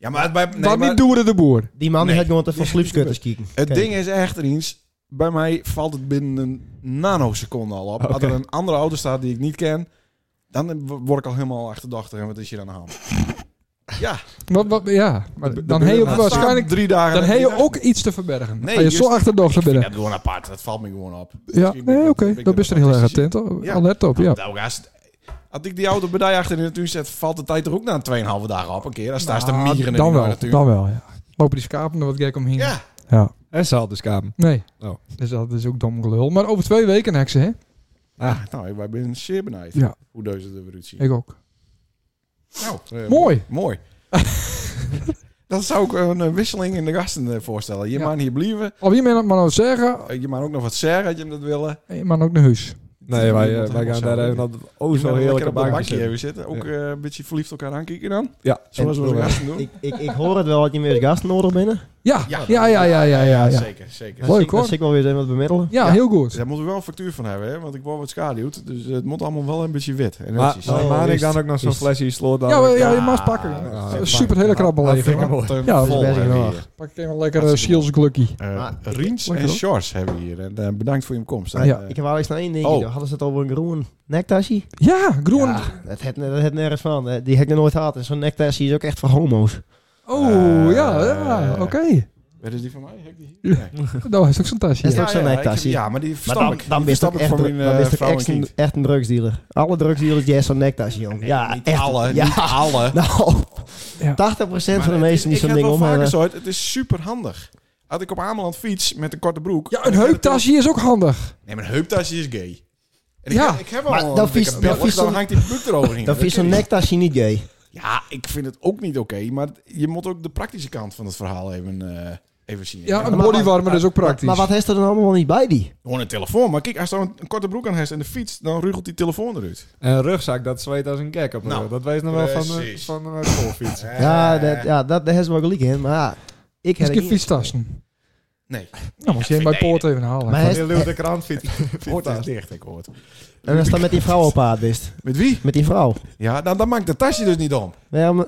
Ja, maar Maar niet Doeren de Boer. Die man die Nee. had gewoon te veel slipskutters kijken. het Kijk. ding is echt, Riens, bij mij valt het binnen een nanoseconde al op. Als er een andere auto staat die ik niet ken, dan word ik al helemaal achterdochtig. En wat is hier aan de hand? Ja. Ja, maar dan heb je waarschijnlijk 3 dagen. dan heb je ook iets te verbergen. Nee, Als je zo juist- achterdochter Ik vind bent. dat gewoon apart. Dat valt me gewoon op. Ja, Misschien ben ik nee, dat- oké. ben ik Dat is er dat heel erg autistische. attent op. Ja. Alert op, ja. Nou, als ik die auto bij die achter in de tuin zet, valt de tijd er ook na 2,5 dagen op een keer. Dan staan ze te Nou, mieren in dan die wel, natuur. dan wel, ja. Lopen die schapen er wat gek omheen. Ja. Ja. En ze had dus kamer. Nee. Oh. Dus dat is ook dom gelul. Maar over 2 weken heksen, hè? Nou, wij zijn zeer benieuwd Ja. hoe deze eruit zien. Ik ook. Nou, Mooi. Mooi. Dat zou ik een wisseling in de gasten voorstellen. Je Ja. mag hier blijven. Of wie men het maar nou zeggen, Je mag ook nog wat zeggen, als je hem dat willen. je mag ook naar huis. Nee, Iemand wij helemaal gaan zo. daar even dat Je mag zo lekker heerlijke op dat bankje bankje zitten. even zitten. Ook een beetje verliefd elkaar aankijken dan. Ja, Zoals we onze gasten doen. Ik hoor het wel dat je meer gasten nodig bent. Ja, Ja. ja. Zeker, zeker. Leuk, hoor. Dat ik wel weer even wat bemiddelen. Ja, heel goed. Daar moeten we wel een factuur van hebben, hè? Want ik word wat schaduwd. Dus het moet allemaal wel een beetje wit. En Maar, netjes. maar ik is- dan ook nog zo'n is- flesje sloot dan. Ja, je Ja. mag pakken. Ja, Super hele krabbe dat vind ik leven. mooi. Ja, vol dat is best hebben we wel. hier. Pak ik even lekker Shields glukkie. Riens Lekker en hoor. Shores hebben we hier. En bedankt voor je komst. Ja. Ik heb wel eens naar één ding. Oh. Hadden ze het over een groen nektasje? Ja, groen. Ja, dat het nergens van. Die heb ik nog nooit gehad. En zo'n nektasje is ook echt voor homo's. Oh, ja, oké. Wat is die van mij? Heb ik die hier? Nee. Nou, is ook zo'n tasje. Is dat ook zo'n nektasje? Ja, maar die Maar verstap dan, ik. dan Die ben je toch verstap ik echt, voor dan mijn ben je toch vrouw en echt, kind. echt een drugsdealer. Alle drugsdealers die hebben zo'n nektasje, jong. Ja, niet echt. alle. Ja. Niet alle. Nou, Ja. 80% van de Maar mensen die zo'n ik ding heb om wel vaker hebben. gehoord, het is super handig. Als ik op Ameland fiets met een korte broek. Ja, een heuptasje is ook handig. Nee, maar een heuptasje is gay. En Ja. ik heb wel Maar een dan dikke vies- billen, dan vies dan zo'n- hangt die broek eroverheen. Dan is zo'n nektasje niet gay. Ja, ik vind het ook niet oké, maar je moet ook de praktische kant van het verhaal even zien. Ja, een Maar- bodywarmer is ook praktisch. Maar wat heeft er dan allemaal niet bij die? Gewoon een telefoon. Maar kijk, als je een korte broek aan hebt en de fiets, dan rugelt die telefoon eruit. En een rugzak, dat zweet als een gek op. Nou, Dat wees nog wel precies. van een schoolfiets. Ja, daar heeft ze wel gelijk in. Maar ja, ik Is heb een keer fietstassen. Nee. Nou, moet je hem bij poort even halen. Maar Van die luwte krantfiets. Poort is dicht, ik hoor het. En als dat met die vrouw op paard bent. Met wie? Met die vrouw. Ja, dan maakt de tasje dus niet om. Ja, maar,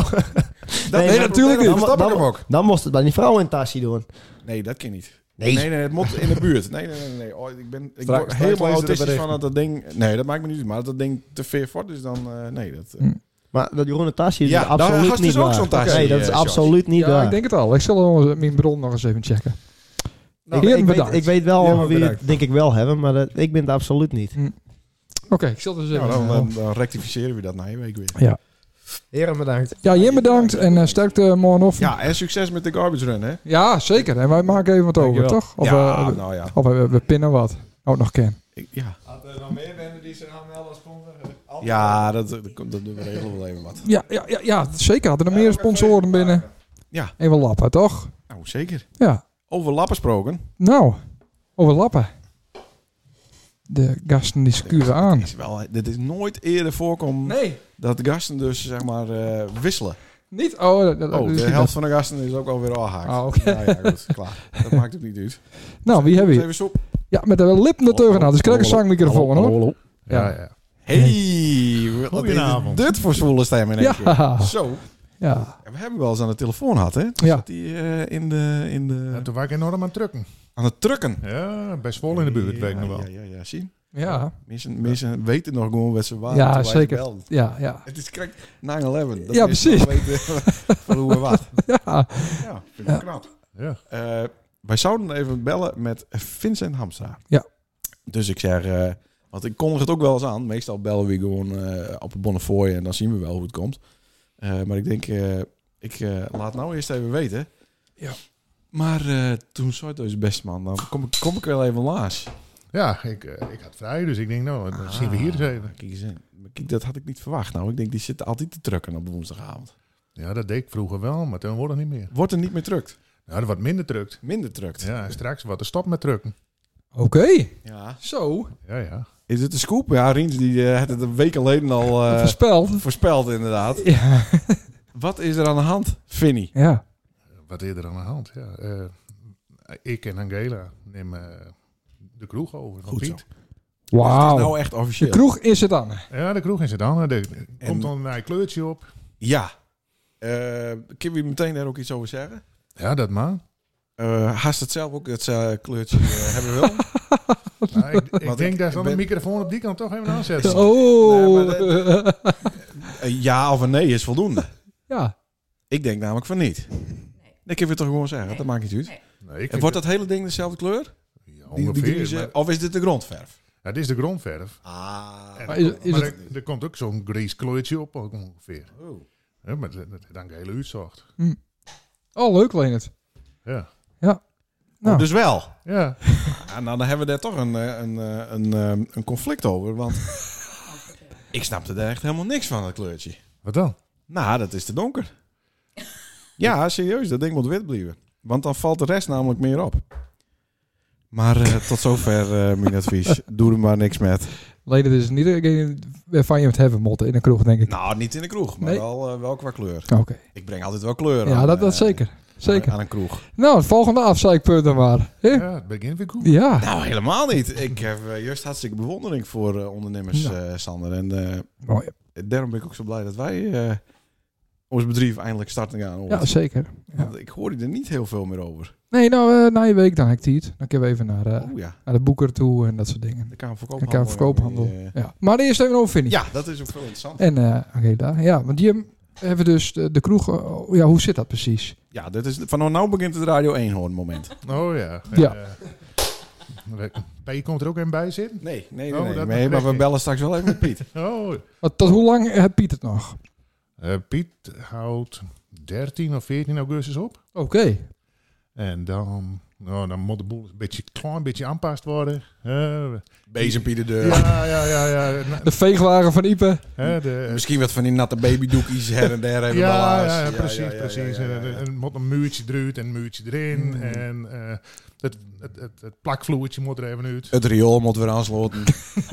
Nee, natuurlijk niet. Dan stap ik hem ook. dan moest het bij die vrouw in het tasje doen. Nee, dat kan niet. Nee. Nee, het moet in de buurt. Nee. Oh, ik Straks word helemaal lezen de autistisch berichten. van dat ding... Nee, dat maakt me niet uit. Maar als dat ding te ver voort is, dan... nee, dat... Maar dat groene tasje is Ja, daar absoluut gast niet is ook waar. zo'n tasje, Nee, dat is George. absoluut niet Ja, waar. ik denk het al. Ik zal wel mijn bron nog eens even checken. Ik, Heren, ik, bedankt. ik weet wel Ja, wie het bedankt. denk ik wel hebben, maar ik ben het absoluut niet. Oké, ik zal dus Ja, even... dan rectificeren we dat na je week weer. Heren, bedankt. Ja, Jim bedankt en sterkte morgen of. Ja, en succes met de garbage run, hè? Ja, zeker. En wij maken even wat over, Dankjewel. toch? Of, ja, nou ja. of we pinnen wat. Oh, nog ken. Ja, Had er nog meer mensen die zich aanmelden als sponsor? ja dat doen we regelen wel even wat. Ja, zeker. Hadden er meer sponsoren binnen. Ja. Even lappen, toch? Nou, zeker. Ja. Over lappen gesproken. Nou, over lappen. De gasten die skuren aan. Dit is nooit eerder voorkomen Nee, dat de gasten dus, zeg maar, wisselen. niet. Oh, dat Oh, is de niet helft van de gasten is ook alweer aangehaakt. Ah, oké. Ja, goed, klaar. Dat maakt ook niet uit. Nou, wie hebben we hier? Even soep. Ja, met de lippen er tegenaan. Dus krijg ik een zangmicrofoon, hoor. Ja. Hey, wat Goedenavond. is dit voor zwoele stem in één keer? Ja. Zo. Ja. Ja, we hebben wel eens aan de telefoon gehad, hè? Toen Ja. zat die in de... En toen was ik enorm aan het drukken. aan het trucken. Ja, best vol in de buurt, weet ik nog wel. Ja, zie. Ja. Mensen weten nog gewoon wat ze waren. Ja, toen wij ze zeker. belden. Ja. Het is correct 9/11. Dat Ja, mensen precies. nog weten van hoe en wat. Ja. Ja, vind ik Ja. knap. Ja. Wij zouden even bellen met Vincent Hamstra. Ja. Dus ik zeg, want ik kondig het ook wel eens aan. Meestal bellen we gewoon op een Bonnefoy en dan zien we wel hoe het komt. Maar ik denk, ik laat nou eerst even weten. Ja. Maar toen zei het dus best man, dan kom ik wel even laas. Ja, ik had vrij, dus ik denk, nou, dan zien we hier eens even. Kijk eens in. Kijk, dat had ik niet verwacht. Nou, ik denk, die zitten altijd te trucken op woensdagavond. Ja, dat deed ik vroeger wel, maar tegenwoordig niet meer. Wordt er niet meer trukt? Nou, er wordt minder drukt. Minder trukt. Ja, en straks wordt er stop met drukken. Oké. Ja. Zo. Ja. Is het een scoop? Ja, Riens die had het een week geleden al Voorspeld. voorspeld inderdaad. Ja. Wat is er aan de hand, Vinnie? Ja. Wat is er aan de hand? Ja, ik en Angela nemen de kroeg over van Goed zo. Piet. Wauw. Is dit nou echt De officieel? kroeg is het dan. Ja, de kroeg is het dan. Er En- komt dan een kleurtje op. Ja. Kun je meteen daar ook iets over zeggen? Ja, dat man. Haast het zelf ook het kleurtje hebben wil? Nou, ik Want denk ik dat we de ben- microfoon op die kant toch even aanzetten. Oh. Nee, maar Een ja of een nee is voldoende. Ja. Ik denk namelijk van niet. Ik heb het toch gewoon zeggen, dat maakt niet uit. Nee, ik En vind wordt dat hele ding dezelfde kleur? ja, Die ongeveer. grieze? Maar- Of is dit de grondverf? ja, dit is de grondverf. Ah. En Maar er- is maar het- er komt ook zo'n grijs kleurtje op ook ongeveer. Oh. Ja, maar dat dan hele uitzocht. Oh, leuk, Leonard. Ja. Nou. Dus wel. Ja. Ja, nou, dan hebben we daar toch een conflict over. Want ik snapte er echt helemaal niks van, dat kleurtje. Wat dan? Nou, dat is te donker. Ja, serieus, dat ding moet wit blijven. Want dan valt de rest namelijk meer op. Maar tot zover mijn advies. Doe er maar niks met. Leonard is niet degene waarvan je het hebben motten in een kroeg, denk ik. Nou, niet in de kroeg, maar Nee. wel qua kleur. Oké. Ik breng altijd wel kleur Ja, aan, dat zeker. Zeker. aan een kroeg. Nou, het volgende afzeikpunt dan maar. Hè? Ja, het begint weer goed. Ja. Nou, helemaal niet. Ik heb juist hartstikke bewondering voor ondernemers, Ja. Sander. En Mooi. daarom ben ik ook zo blij dat wij ons bedrijf eindelijk starten gaan. Ja, zeker. Ja. Want ik hoor er niet heel veel meer over. Nee, nou, na je week dan heb ik het. Dan kunnen we even naar Ja, de boeker toe en dat soort dingen. de Kamer van De Kamer van Koophandel. Koophandel. Ja. Maar eerst even over Vinnie. Ja, dat is ook veel interessant. En oké, daar. Ja, want die hebben dus de kroeg. Ja, hoe zit dat precies? Ja, dit is, van nou begint het Radio 1 hoorn moment. Oh ja. Ja. P komt er ook in bij zitten? Nee, Oh, nee. dat Maar begrijp we ik. bellen straks wel even met Piet. Oh. Tot hoe lang heeft Piet het nog? Piet houdt 13 of 14 augustus op. Oké. En dan moet de boel een klein beetje aanpast worden. Bezempie de deur. Ja. De veegwagen van Ipe. Misschien wat van die natte babydoekjes her en der. Even ballast. Ja, precies. ja. En er moet een muurtje eruit en een muurtje erin. En het plakvloertje moet er even uit. Het riool moet weer aansloten.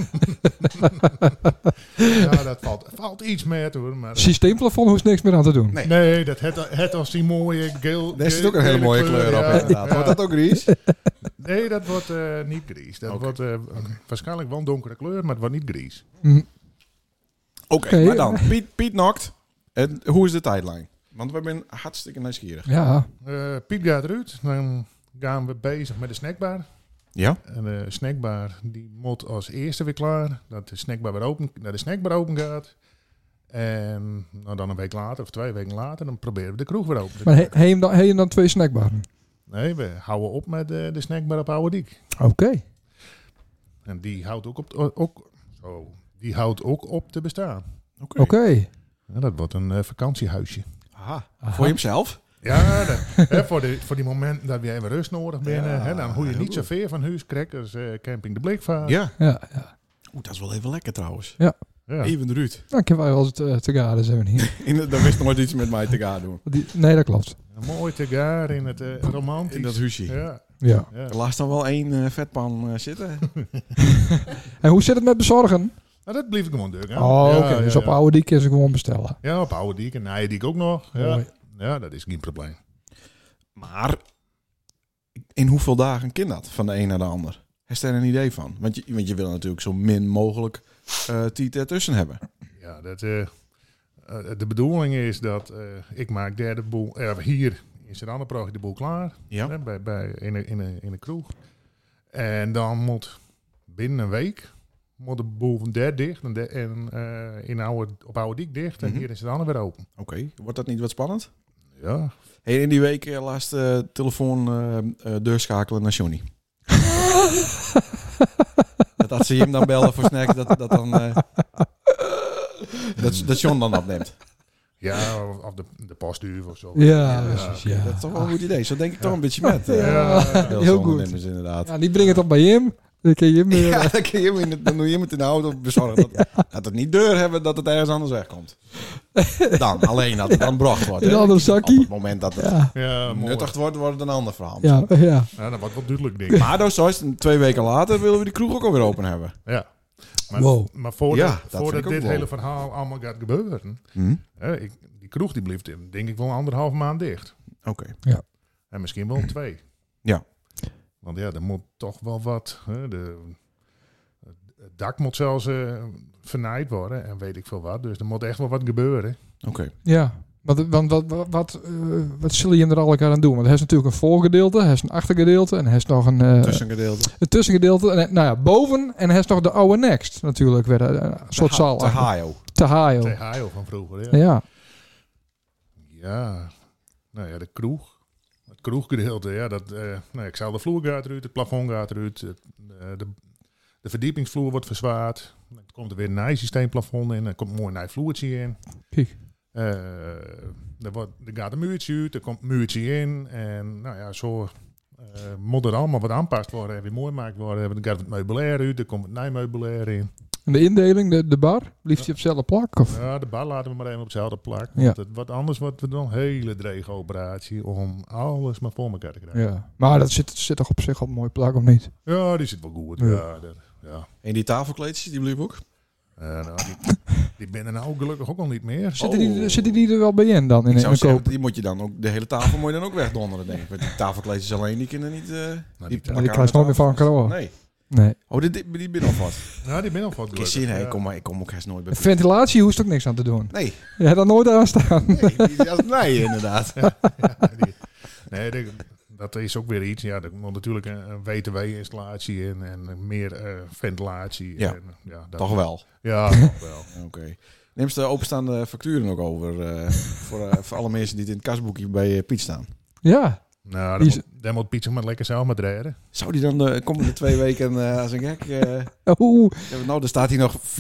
Ja, dat valt iets meer hoor. Maar, Systeemplafond hoeft niks meer aan te doen. Nee. nee, dat het als die mooie geel. Daar zit ook een hele gele mooie kleur op ja, inderdaad. ja. Wordt dat ook gries? Nee, dat wordt niet grijs. Dat Oké. wordt waarschijnlijk wel een donkere kleur, maar het wordt niet grijs. Hm. Oké, maar dan. Piet nokt. En hoe is de tijdlijn? Want we zijn hartstikke nieuwsgierig. Ja. Piet gaat eruit. Dan gaan we bezig met de snackbar. Ja? En de snackbar die moet als eerste weer klaar. Dat de snackbar weer open gaat. En dan een week later of 2 weken later, dan proberen we de kroeg weer open te Maar krijgen. heb je dan 2 snackbaren? Nee, we houden op met de snackbar op Oude Diek. Oké. En die houdt die houdt ook op te bestaan. Oké. Ja, dat wordt een vakantiehuisje. Aha. Aha. Voor jezelf? Ja, voor die momenten dat we even rust nodig binnen. Ja, Dan hoe je heel niet goed. zo ver van huis krijgt als Camping de Blikvaart. Ja. Ja. Oeh, dat is wel even lekker trouwens. Ja. Even eruit. Dan kunnen wij wel eens te garen zijn hier. Dan wist nooit iets met mij te gaan doen. Nee, dat klopt. Mooi te gaar in het romantisch. In dat huisje. Ja. Ja. Ja. Er laat dan wel 1 vetpan zitten. En hoe zit het met bezorgen? Nou, dat blijf ik gewoon doen. Oh, oké. Dus op Oude Diek kunnen ze gewoon bestellen. Ja, op Oude Diek en Nije Diek ook nog. Ja. Mooi. Ja, dat is geen probleem. Maar in hoeveel dagen kan dat van de een naar de ander? Heeft er een idee van? Want je wil natuurlijk zo min mogelijk tijd ertussen hebben. Ja, de bedoeling is dat ik maak derde boel hier in Zerannenprog de boel klaar. Ja. Hè, in een kroeg. En dan moet binnen een week moet de boel van daar dicht en op Oude Diek dicht en Mhm. hier is het weer open. Oké, wordt dat niet wat spannend? Ja. Hey, in die week laatst telefoon deurschakelen naar Johnny. dat als ze hem dan bellen voor snacks, dat dan... dat John dan opneemt. Ja, of de postduur of zo. Ja, precies. oké, Ja. Dat is toch wel een goed idee. Zo denk ik toch een beetje met. Ja, Heel heel ondernemers inderdaad. Ja, die brengen het op bij hem. Dan kun je hem weer... Ja, dan, kun je hem dan doe je hem in de auto bezorgen. Dat het niet deur hebben, dat het ergens anders wegkomt. Dan, alleen dat het dan bracht wordt. In hè. een ander zakkie. Op het moment dat het Ja, mooi. nuttigd wordt, wordt het een ander verhaal. ja. Ja, dat wordt wel duidelijk, denk ik. Maar dus, zoals 2 weken later willen we die kroeg ook alweer open hebben. Ja. Maar, Wow. maar voordat, Ja, dat vind voordat ik ook dit wow. hele verhaal allemaal gaat gebeuren... Hm? die kroeg die blijft denk ik wel 1,5 maand dicht. Oké. En misschien wel 2. Ja. Want ja, er moet toch wel wat... Hè, het dak moet zelfs vernaaid worden en weet ik veel wat. Dus er moet echt wel wat gebeuren. Oké. Ja. Wat zullen je er al elkaar aan doen? Want hij is natuurlijk een voorgedeelte, hij is een achtergedeelte en hij is nog een Tussengedeelte. tussengedeelte. En, nou ja, boven en hij is nog de oude next natuurlijk. Weer een soort zaal. Te Hajo. Tahajo. THO van vroeger, ja. Ja. Ja, nou ja, de kroeg. Het kroeggedeelte, ja, ik zal de vloer gaat eruit, het plafond gaat eruit, de verdiepingsvloer wordt verzwaard. Dan komt er weer een nijsysteemplafond in, er komt een mooi nijvloertje in. Kijk. Er gaat een muurtje uit, er komt een muurtje in. En nou ja, zo moet er allemaal wat aanpast worden en weer mooi gemaakt worden. Er gaat het meubilair uit, er komt het nijmeubilair in. En de indeling, de bar, blijft hij op dezelfde plak? Of? Ja, de bar laten we maar even op dezelfde plak. Ja. Want wat anders wordt het dan een hele drege operatie om alles maar voor elkaar te krijgen. Ja. Maar dat zit toch op zich op een mooie plak, of niet? Ja, die zit wel goed. Ja. Ja. En die tafelkleedjes, die bleef ook? Die binnen nou gelukkig ook al niet meer. Zitten die er wel bij in dan? Ik In zou de zeggen, koop? die moet je dan ook, de hele tafel moet je dan ook wegdonderen, denk ik. Want die tafelkleedjes alleen, die kunnen niet... die krijg je nooit meer van elkaar hoor. Nee. Nee. Oh, die binnen of wat? Ja, die binnen of wat Ik gelukkig. zie, ja. ik kom ook haast nooit bij. Ventilatie hoeft ook niks aan te doen. Nee, Je hebt daar nooit aan staan. nee, inderdaad. Dat is ook weer iets. Ja, er moet natuurlijk een WTW-installatie in en meer ventilatie. Ja. En, dat Toch wel. Ja, toch wel. Oké. Neem ze de openstaande facturen ook over voor alle mensen die het in het kasboekje bij Piet staan. Ja. Nou, dan moet Piet zich maar lekker zelf met redden. Zou die dan de komende 2 weken als een gek... Oeh. nou, er staat hier nog €4.978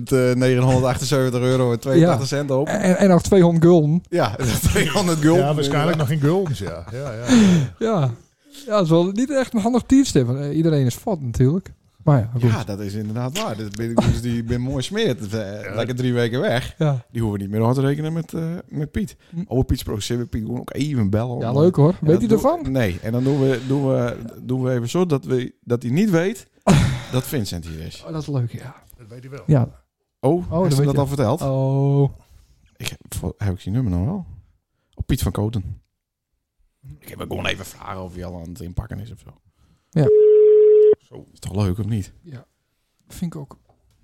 en 82 cent op. En nog 200 gulden. Ja, 200 gulden. Ja, waarschijnlijk nog in guldens, ja. Ja. Ja, dat is wel niet echt een handig tijdstip. Want iedereen is vat natuurlijk. Maar ja, goed. Ja, dat is inderdaad waar. Dus die ben mooi smeerd. Lekker 3 weken weg. Ja. Die hoeven niet meer hard te rekenen met Piet. Over Piet gesproken, zullen we Piet gewoon ook even bellen? Ja, leuk hoor. Weet hij ervan? Nee. En dan doen we even zo dat hij niet weet dat Vincent hier is. Oh, dat is leuk, ja. Dat weet hij wel. Ja. Oh, dat heeft weet hij dat je. al verteld? Oh. Heb ik zijn nummer nou wel? Op Piet van Koten. Ik heb gewoon even vragen of hij al aan het inpakken is of zo. Ja. Zo, is toch leuk of niet? Ja. Vind ik ook.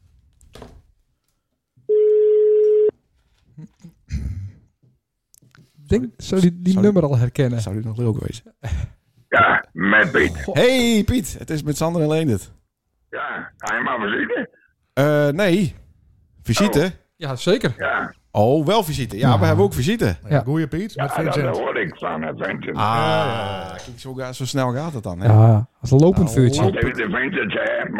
Zou die nummer al herkennen? Zou die nog leuk wezen? Ja, met Piet. Hey Piet, het is met Sander en Leendert. Ja, ga je maar visite? Nee. Visite? Ja, zeker. Ja, Oh, wel visite. Ja, we hebben ook visite. Ja. Goeie Piet, met ja dat Vincent. hoor ik van Vincent. Kijk, zo snel gaat het dan, hè? Ja, dat is een lopend Nou, vuurtje. Moest even de Vincent zeggen,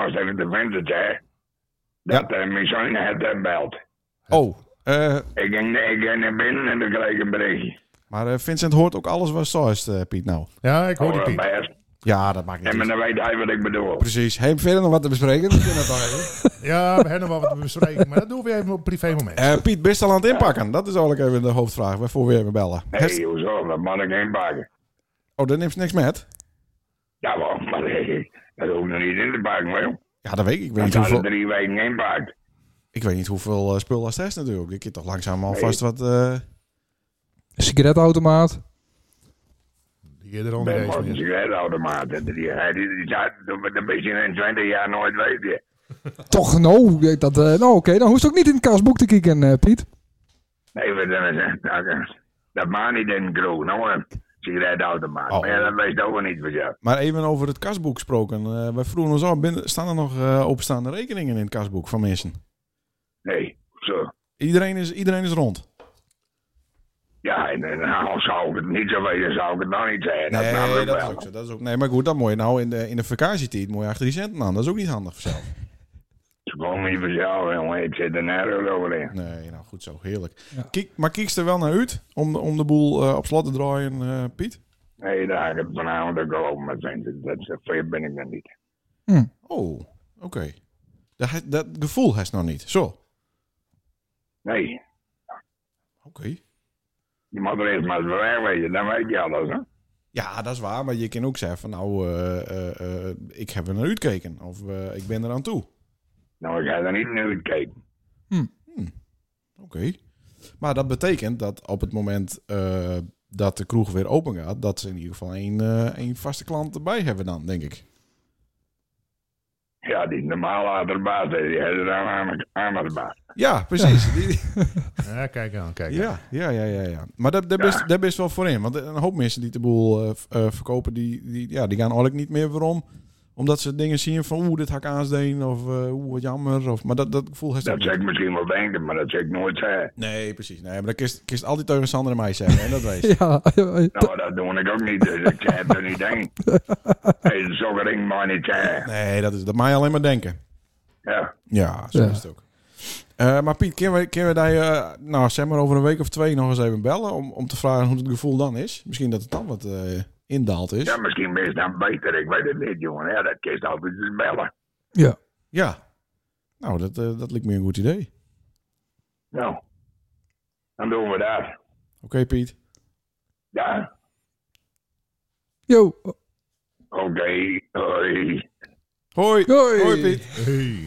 dat mijn zoon het belt. Oh, Ik ging naar binnen en dan kreeg ik een berichtje. maar Vincent hoort ook alles wat zo is, Piet, nou. Ja, ik hoor die Oh, Piet. best. Ja, dat maakt niet En uit. dan weet hij wat ik bedoel. Precies. Heb je verder nog wat te bespreken? We kunnen het toch even. Ja, we hebben nog wel wat te bespreken, maar dat doen we even op een privé moment. Piet, best al aan het inpakken? Dat is eigenlijk even de hoofdvraag waarvoor we even bellen. Nee, hoezo? Dat mag ik inpakken. Oh, daar neemt ze niks met? Ja, wel, maar dat hoeft nog niet in te pakken, wel. Ja, dat weet ik. Ik weet Dan niet zou hoeveel, er 3 weken inpakt. ik weet niet hoeveel spul als test natuurlijk. Ik heb toch langzaam alvast wat... Een sigaretautomaat. Die er al Ben niet was eens een meer. sigaretautomaat. Die zei, dat ben je in 20 jaar nooit weten. Toch, nou, oké. Dan hoeft het ook niet in het kasboek te kijken, Piet. Nee, dat mag niet in de kroeg. Nou, een sigaretautomaat. Oh. Maar ja, dat weet ook wel niet voor jou. Maar even over het kasboek gesproken. Wij vroegen ons af, staan er nog openstaande rekeningen in het kasboek van mensen? Nee, zo. Iedereen is rond. Ja, en al zou ik het niet zo weten, zou ik het nou niet zeggen. Dat snap Nee, ik dat is wel. ook zo. Dat is ook, nee, maar goed, dan moet je nou in de vakantietijd moet je achter die centen aan. Dat is ook niet handig voor zelf. Het is gewoon niet voor jou, jongen. Ik zit er nergens over in. Nee, nou goed zo. Heerlijk. Ja. Maar kiekst er wel naar uit om de boel op slot te draaien, Piet? Nee, daar ga ik het vanavond ook al over met Vincent. Dat ver ben ik dan niet. Oh, oké. Dat gevoel heeft nog niet. Zo. Nee, Oké. je moet er eerst maar eens weg weten. Dan weet je alles, hè. Ja, dat is waar. Maar je kan ook zeggen van nou, ik heb er naar uitgekeken. Of ik ben eraan toe. Nou, ik ga er niet naar kijken. Oké. Maar dat betekent dat op het moment dat de kroeg weer open gaat, dat ze in ieder geval één vaste klant erbij hebben dan, denk ik. Ja, Ja, die normale achterbaas, die had er aan de baas. Ja, precies. Ja, kijk aan. Ja. Maar daar best wel voor in. Want een hoop mensen die de boel verkopen, die gaan eigenlijk niet meer waarom. Omdat ze dingen zien van, dit hak aansteen of wat jammer. Of, maar dat gevoel heeft Dat zou ik misschien wel denken, maar dat zou ik nooit zeggen. Nee, precies. Nee, maar dat kist altijd tegen Sander en mij zeggen. En dat weet je. Ja, Nou, dat doe ik ook niet, dus ik zei het er niet denken. Hey, zo'n ring maar niet zeggen. Nee, dat mag je alleen maar denken. Ja. Ja, zo is het ook. Maar Piet, kunnen we daar zeg maar over een week of 2 nog eens even bellen om te vragen hoe het gevoel dan is? Misschien dat het dan wat indaald is. Ja, misschien ben je dan beter, ik weet het niet, jongen. Ja, dat kun je altijd eens bellen. ja. Ja. Nou, dat lijkt me een goed idee. Nou, dan doen we dat. Oké, Piet. Ja, Yo. oké, hoi. Hoi. Hoi. Hoi, Piet. Hey.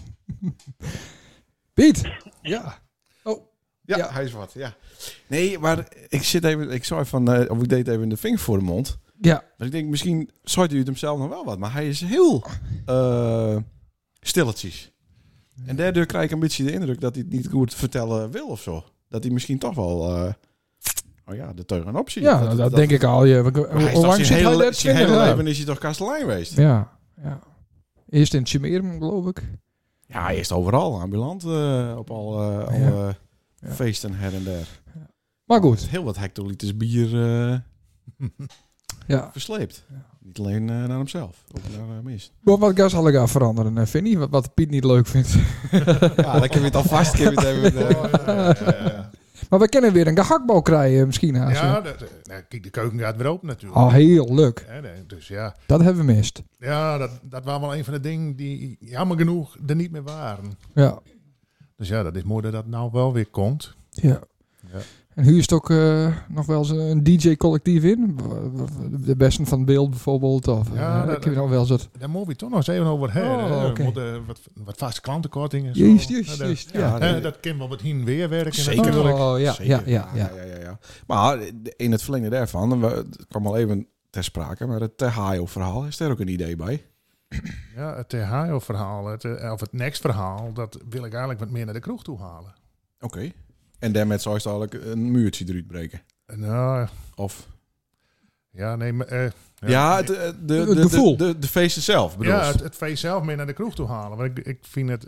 Piet. Ja. Ja, Ja. hij is wat, ja. Nee, maar ik zei van, of ik deed even de vinger voor de mond. Ja. Maar ik denk, misschien zei u het hem zelf nog wel wat. Maar hij is heel stilletjes. En daardoor krijg ik een beetje de indruk dat hij het niet goed vertellen wil of zo. Dat hij misschien toch wel, de tegenop ziet. Ja, dat denk ik al. Ja. Hoe lang zit hij daar? Zijn 20 hele jaar? leven is hij toch kastelein geweest? Ja. Eerst in het Chimerum, geloof ik. Ja, eerst overal, ambulant, op alle feesten her en der. Maar goed. Heel wat hectoliters bier Ja. versleept. Niet alleen naar hemzelf, ook naar mis. Maar wat gas zal ik gaan veranderen, Vinnie? Wat Piet niet leuk vindt. Ja, dan kun je het alvast even... Maar we kunnen weer een gehaktbal krijgen, misschien. Haast, Ja, kijk, de keuken gaat weer open natuurlijk. Oh, heel leuk. Dus ja, Dat hebben we mist. ja dat was wel een van de dingen die jammer genoeg er niet meer waren. Ja. Dus ja, dat is mooi dat dat nou wel weer komt. Ja. Ja. En huur is ook nog wel eens een DJ-collectief in? De besten van het beeld bijvoorbeeld? Of, Ja, daar kun je nog wel eens... Daar moeten we toch nog eens even over hebben. Oh, oké. We moeten wat vaste klantenkortingen. Juist. Ja. Dat kan wel wat heen weer werken. Zeker. natuurlijk. Oh, ja. Zeker. Ja. Maar in het verlengde daarvan, het kwam al even ter sprake, maar het Hajo-verhaal, is daar ook een idee bij? Ja, het THO-verhaal, of het Next-verhaal, dat wil ik eigenlijk wat meer naar de kroeg toe halen. Oké. En daarmee zou je eigenlijk een muurtje eruit breken? Nou, Of... ja, nee, maar... het gevoel. De feesten zelf, bedoel Ja, het feest zelf meer naar de kroeg toe halen. Want ik vind het,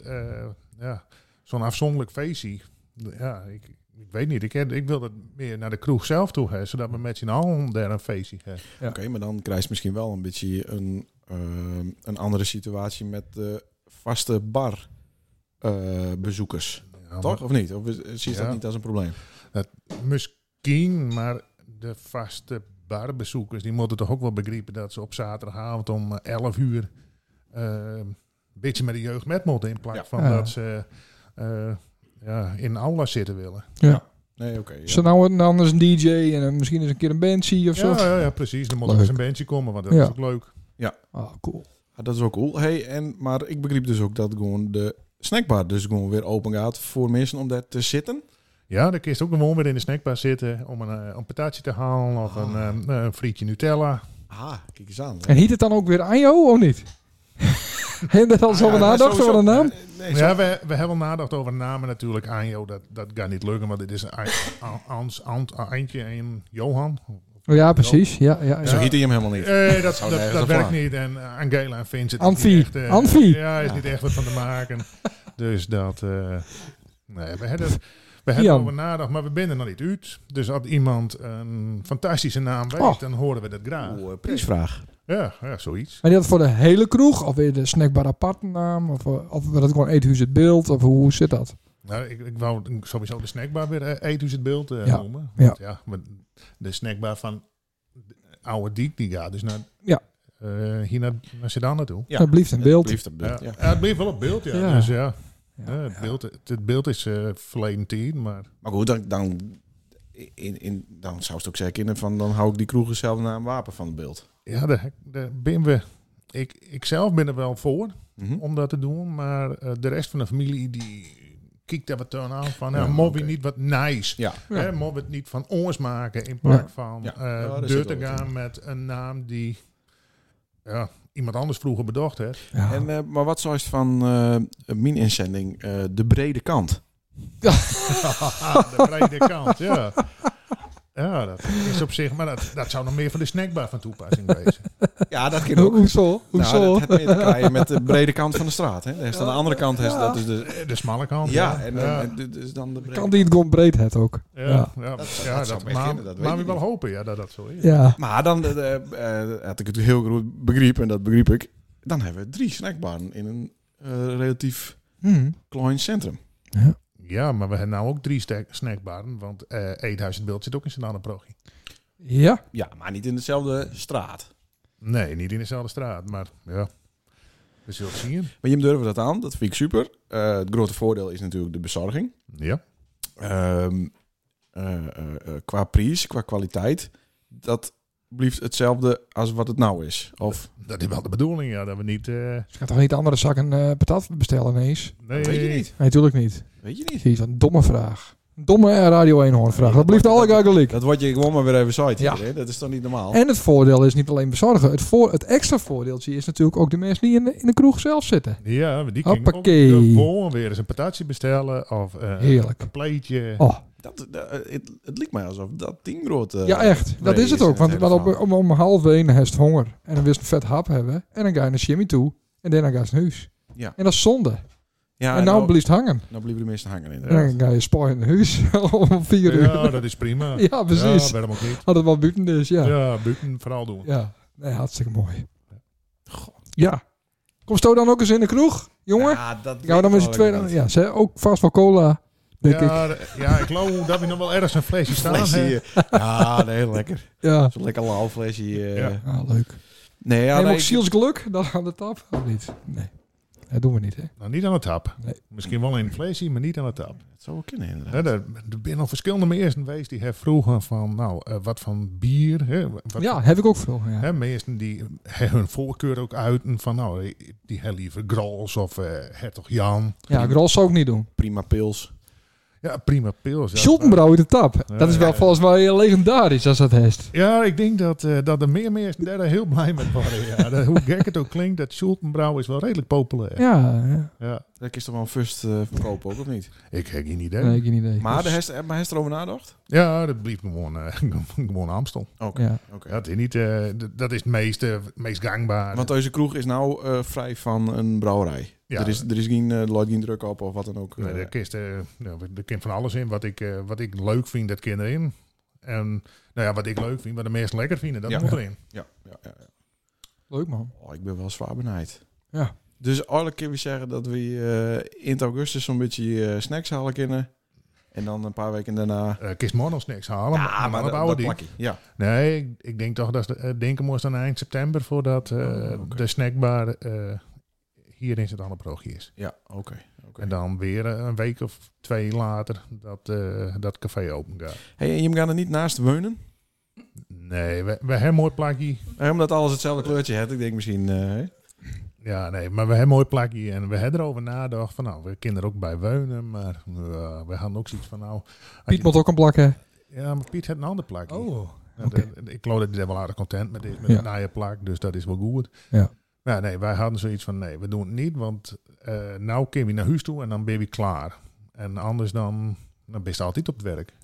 zo'n afzonderlijk feestje. Ja, ik weet niet. Ik wil het meer naar de kroeg zelf toe hebben, zodat we met z'n allen daar een feestje hebben. Ja. Oké, maar dan krijg je misschien wel een beetje een andere situatie met de vaste bar bezoekers. Ja, Toch? Of niet? Of zie je dat Ja. niet als een probleem? Misschien, maar de vaste barbezoekers, die moeten toch ook wel begrijpen dat ze op zaterdagavond om 11 uur een beetje met de jeugd met moeten, in plaats van dat ze in aula zitten willen. Ja. Nee, oké. ja. Zo nou anders een DJ en misschien eens een keer een bandje of zo. Ja, precies. Er moet Leuk. eens een bandje komen, want dat Ja. is ook leuk. Ah, cool. Ja, dat is ook cool. Hey, maar ik begreep dus ook dat gewoon de snackbar dus gewoon weer open gaat voor mensen om daar te zitten. Ja, dan kun je ook gewoon weer in de snackbar zitten om een patatje te halen of een frietje Nutella. Ah, kijk eens aan. En hiet het dan ook weer aan jou, of niet? Heb je er al zo over nagedacht over een naam? Nee, Ja, we hebben nagedacht over namen natuurlijk. Anjo, dat gaat niet lukken, want dit is Eindje en Johan. Ja, precies. Ja. Zo hiet hij hem helemaal niet. Dat Zou nergens dat op werkt slaan. niet. En Angela en Vincent... Anfie. is niet echt, Anfie. Ja, is niet echt wat van te maken. Dus dat... nee, we hebben Jan. erover nagedacht, maar we zijn er nog niet uit. Dus als iemand een fantastische naam weet, Oh. dan horen we dat graag. Prijsvraag. Ja, zoiets. Maar dat voor de hele kroeg? Of weer de snackbar apart naam? Of wil dat gewoon Eethuis het beeld? Of hoe zit dat? Nou, ik wou sowieso de snackbar weer Eethuis het beeld Ja. noemen. Ja. Want ja, maar de snackbar van de Oude Diek, die gaat dus naar... Ja. Hier naar Sedan naartoe. Ja. Dat blijft een beeld. Blijft op beeld, ja. Ja, het bleef wel op beeld, ja. Ja. Dus ja, Ja. het beeld is verleden tijd, maar... Maar goed, dan zou het ook zeggen van dan hou ik die kroegen zelf naar een wapen van het beeld. Ja, daar ben we... Ik zelf ben er wel voor Mhm. om dat te doen, maar de rest van de familie die kijkt daar wat tegenaan van. Ja, Ja, mogen we oké. niet wat nice? Ja. Hè, mogen we het niet van ons maken in plaats van Ja. Ja, daar deur zit te wel wat gaan met een naam die iemand anders vroeger bedacht heeft. Ja. En, maar wat zou je van mijn inzending? De brede kant. De brede kant, ja. Ja, dat is op zich, maar dat zou nog meer van de snackbar van toepassing wezen. Ja, dat kan ook. Hoezo? Nou, dat heeft meer te krijgen met de brede kant van de straat. Hè. Aan de andere kant is dat is De smalle kant. ja, en dit is dan de brede Kan die het gewoon breed het ook. Ja, Dat zou best kunnen, dat weet maar we ik wel niet. hopen dat dat zo is. Ja. Maar dan had ik het heel goed begrepen, en dat begreep ik. Dan hebben we 3 snackbaren in een relatief klein centrum. Ja, maar we hebben nou ook 3 snackbaren, want Eethuis het Beeld zit ook in zijn andere progie. Ja. Ja, maar niet in dezelfde straat. Nee, niet in dezelfde straat, maar ja, we zullen het zien. Maar je durven dat aan, dat vind ik super. Het grote voordeel is natuurlijk de bezorging. Ja. Qua prijs, qua kwaliteit, dat blijft hetzelfde als wat het nou is. Of Dat is wel de bedoeling, ja, dat we niet... Je gaat toch niet andere zakken patat bestellen ineens? nee, weet je niet. Nee, natuurlijk niet. Weet je niet. Zie je, dat is een domme vraag. Domme Radio 1 vraag. Dat blijft alle gelijk. Dat wordt je gewoon maar weer even site. Ja. Hè? Dat is toch niet normaal? En het voordeel is niet alleen bezorgen. Het extra voordeeltje is natuurlijk ook de mensen die in de kroeg zelf zitten. Ja, die kunnen ook Hoppakee. gewoon weer eens een patatje bestellen of Heerlijk. een pleetje. Oh, Het lijkt mij alsof dat 10 grote... ja, echt. Dat is het ook. Want om 12:30 heeft het honger. En dan wil je een vet hap hebben. En dan ga je naar Jimmy toe. En daarna ga je naar huis. Ja. En dat is zonde. Ja, en nou blijft hangen. Nou blijven de meesten hangen En inderdaad. dan ga je sparen in het huis. Om 4 uur. Ja, dat is prima. Ja, precies. Ja, waarom ook niet. Had het wel buiten is, ja. Ja, buiten vooral doen. Ja, nee, hartstikke mooi. Ja. Kom Sto dan ook eens in de kroeg, jongen? Ja, dat Gaan we dan met z'n tweeën? Ja, ze ook vast wel cola, denk ik. Ja, ik geloof dat we nog wel ergens een flesje staan hebben. Ja, nee, lekker. Ja. Zo'n lekker lauw flesje. Ja. Ah, leuk. Nee, ja, Neem nee, ook Siels geluk dan aan de tap? Of niet? Nee. Dat doen we niet, hè? Nou, niet aan de tap. Nee. Misschien wel in een flesje, maar niet aan de tap. het zou wel kunnen inderdaad. Hè, er zijn nog verschillende meesten geweest die hebben vroegen van, wat van bier. Hè, wat Ja, heb ik ook veel. Ja. Hè, meesten die hebben hun voorkeur ook uiten van, die hebben liever Grols of Hertog Jan. Ja, Grols zou ik niet doen. Prima pils. Ja, prima pils. Ja. Schultenbrouw in de tap. Ja, Dat is wel ja. volgens mij legendarisch als dat heeft. Ja, ik denk dat er meer mensen daar heel blij mee worden. Ja. Hoe gek het ook klinkt, dat Schultenbrouw is wel redelijk populair. Ja, ja. Ja. Dat is toch wel een first verkopen ook, of niet? Ik heb geen idee. Nee, geen idee. Maar Dus- hij heeft erover nagedacht? Ja, dat blijft gewoon Amstel. Oké. Ja. Oké. Ja, dat is niet, dat is het meest gangbaar. Want deze kroeg is nou vrij van een brouwerij. Ja. Er is geen druk op of wat dan ook. Nee, er kan van alles in. Wat ik leuk vind, dat kan erin. En wat ik leuk vind, wat de mensen lekker vinden, dat Ja. moet erin. Ja. Leuk, man. Oh, ik ben wel zwaar benijd. Ja. Dus eigenlijk kunnen we zeggen dat we in augustus zo'n beetje snacks halen kunnen. En dan een paar weken daarna... Kist morgen nog niks halen. ja, maar dat dat bouwen die. plak je. Ja. Nee, ik denk toch dat ze denken moest aan eind september voordat oké. de snackbar hier in Zit-Anne-Progie is. Ja, oké. En dan weer een week of 2 later dat café open gaat. Hey, en je gaat er niet naast wonen? Nee, we hebben een mooi plakje. Omdat alles hetzelfde kleurtje heeft. Ik denk misschien... Ja, nee, maar we hebben een mooi plakje en we hebben erover nagedacht van we kunnen er ook bij wonen, maar we gaan ook zoiets van als Piet je- moet ook een plakken. Ja, maar Piet heeft een ander plakje. Oh. Ja, oké. ik geloof dat hij daar wel aardig content met is, met Ja. een naaie plak, dus dat is wel goed. Ja. Maar nee, wij hadden zoiets van nee, we doen het niet, want nou kun je naar huis toe en dan ben je klaar. En anders dan ben je altijd op het werk.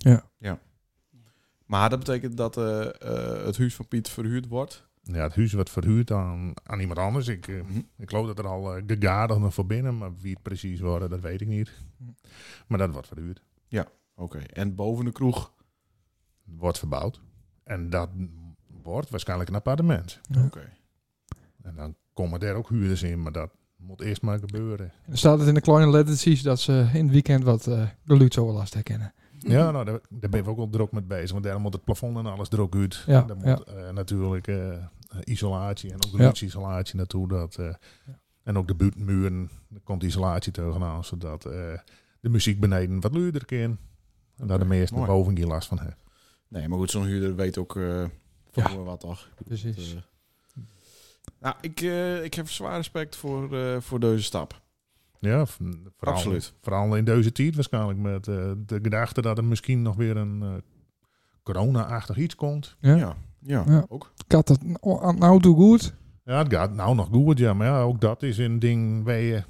Maar dat betekent dat het huis van Piet verhuurd wordt. Ja, het huis wordt verhuurd aan iemand anders. Ik geloof dat er al gegadigden voor binnen, maar wie het precies worden, dat weet ik niet. Maar dat wordt verhuurd. Oké. En boven de kroeg? Wordt verbouwd. En dat wordt waarschijnlijk een appartement. Ja. Oké. En dan komen er ook huurders in, maar dat moet eerst maar gebeuren. Dan staat het in de kleine lettertjes dat ze in het weekend wat geluid zo wel last herkennen. Ja, nou, daar ben ik ook wel druk mee bezig. Want daar moet het plafond en alles er ook uit. Ja, Daar moet natuurlijk isolatie en ook geluidsisolatie naartoe. En ook de buitenmuren, er komt isolatie tegenaan. Zodat de muziek beneden wat luider kan. En daar de meesten mooi. boven geen last van hebben. Nee, maar goed, zo'n huurder weet ook van wat toch. Precies. Nou, ik heb zwaar respect voor deze stap. Ja, vooral, Absoluut. Vooral in deze tijd waarschijnlijk. Met de gedachte dat er misschien nog weer een corona-achtig iets komt. Ja. Ja, Ja. ook. Ik had het nou toe goed. Ja, het gaat nou nog goed, ja. Maar ja, ook dat is een ding waar je,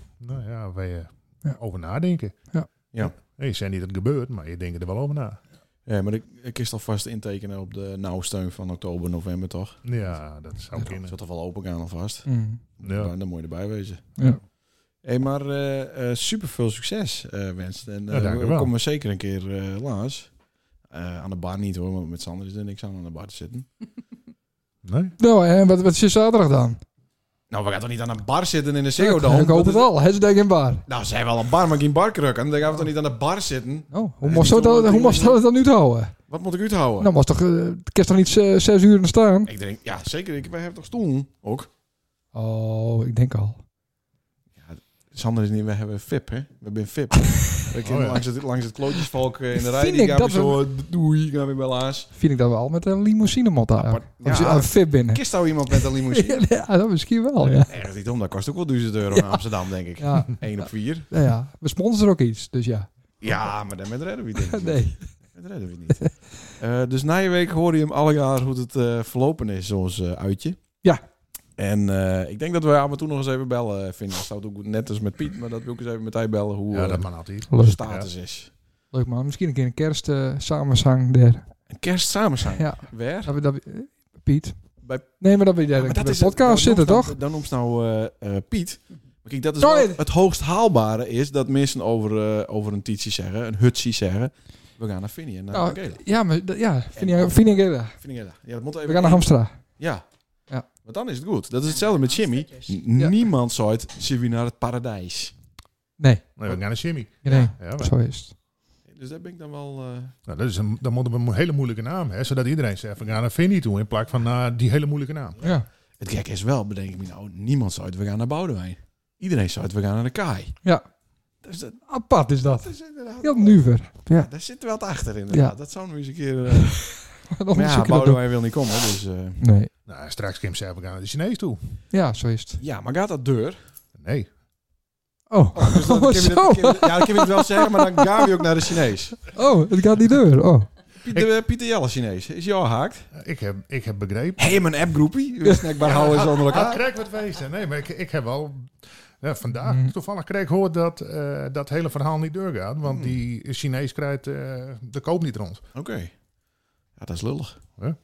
over nadenken. Ja. Je zegt niet dat het gebeurt, maar je denkt er wel over na. Ja, maar ik is toch vast intekenen op de nauwsteun van oktober, november, toch? Ja, dat zou Het kunnen. zal toch wel open gaan alvast. Mm. Ja. Dan moet je erbij wezen. Ja. Hey, maar super veel succes wenst. En Ja, dank u we wel. komen zeker een keer langs. Aan de bar niet hoor, want met Sander is er niks aan de bar te zitten. Nee? Nou, en wat is je zaterdag dan? Nou, we gaan toch niet aan een bar zitten in de Ziggo Dome? Ik hoop het al. Het is denk ik een bar. Nou, zijn wel een bar, maar geen barkrukken. Dan gaan we toch niet aan de bar zitten? Oh, hoe moest dat dan uithouden? Wat moet ik uithouden? Nou, moest toch, kerst toch niet 6 uur staan? Ik denk, ja zeker, wij hebben toch stoelen ook? Oh, ik denk al. Sander is niet, we hebben VIP, hè? We hebben VIP. We kunnen ja. langs het klootjesvolk in de rij, Vind die ik gaan we dat zo, doei, gaan we wel aans. Vind ik dat we al met een limousine moeten hebben. Ja. Of ze een fit binnen. Kist nou iemand met een limousine? Ja, dat misschien wel, ja. Ergens niet om, dat kost ook wel €1000 in Amsterdam, denk ik. Ja, 1 op 4. ja. We sponsoren ook iets, dus ja. Ja, maar daarmee redden we het denk ik niet. Nee. Dat redden we het niet. Dus na je week hoor je hem alle jaar hoe het verlopen is, ons uitje. Ja. En ik denk dat we af en toe nog eens even bellen, vinden. Dat staat ook net als met Piet, maar dat wil ik eens even met hij bellen hoe Ja, dat mag altijd. de Leuk. status is. Leuk man. Misschien een keer een kerst samenzang daar. Een kerst samen zijn. Ja. Waar? Piet. Bij- Nee, maar dat we daar Maar bij de het. podcast zitten, toch? Dan noemt nou Piet. Maar kijk, dat is Oh, wel nee. het hoogst haalbare is dat mensen over een titie zeggen, een hutsie zeggen. We gaan naar Vinnie en naar Nou, Gela. ja, maar ja, vind ik Vinnie, ja, dat moet even. We gaan naar Hamstra. Ja. Ja. Want dan is het goed. Dat is hetzelfde met Jimmy. Niemand zou het zien we naar het paradijs. Nee, Nee, we gaan naar Jimmy. nee. Ja, maar- Zo is het. Dus daar ben ik dan wel... nou, dan moeten we een hele moeilijke naam hebben, zodat iedereen zegt, we gaan naar Vinnie toe in plaats van naar die hele moeilijke naam. Ja. Het gekke is wel, bedenk ik me nou, niemand zou het we gaan naar Boudewijn. Iedereen zou het we gaan naar de Kaai. Ja. Dus dat Apart is dat. is inderdaad... Heel nuver. Ja. Daar zit wel wat achter inderdaad. Ja. Dat zou nu eens een keer... Dan maar ja, onderzoeken we dat Boudewijn wil niet komen, dus... ook. Nee. Nou, straks Kim zeggen, we gaan naar de Chinees toe. Ja, zo is het. ja, maar gaat dat deur? Nee. Oh, Dus dan oh kun je zo. ja, dan kun je het wel zeggen, maar dan gaan we ook naar de Chinees. Oh, het gaat niet deur. Oh. Pieter Jelle Chinees. Is jou haakt? Ik heb begrepen. Hey, mijn appgroepie. We snackbar houden ze onder Ah, elkaar. krijg wat wezen. Nee, maar ik heb al... Ja, vandaag Mhm. toevallig kreeg ik gehoord dat dat hele verhaal niet doorgaat. Want die Chinees krijgt de koop niet rond. Oké. Ja, dat is lullig.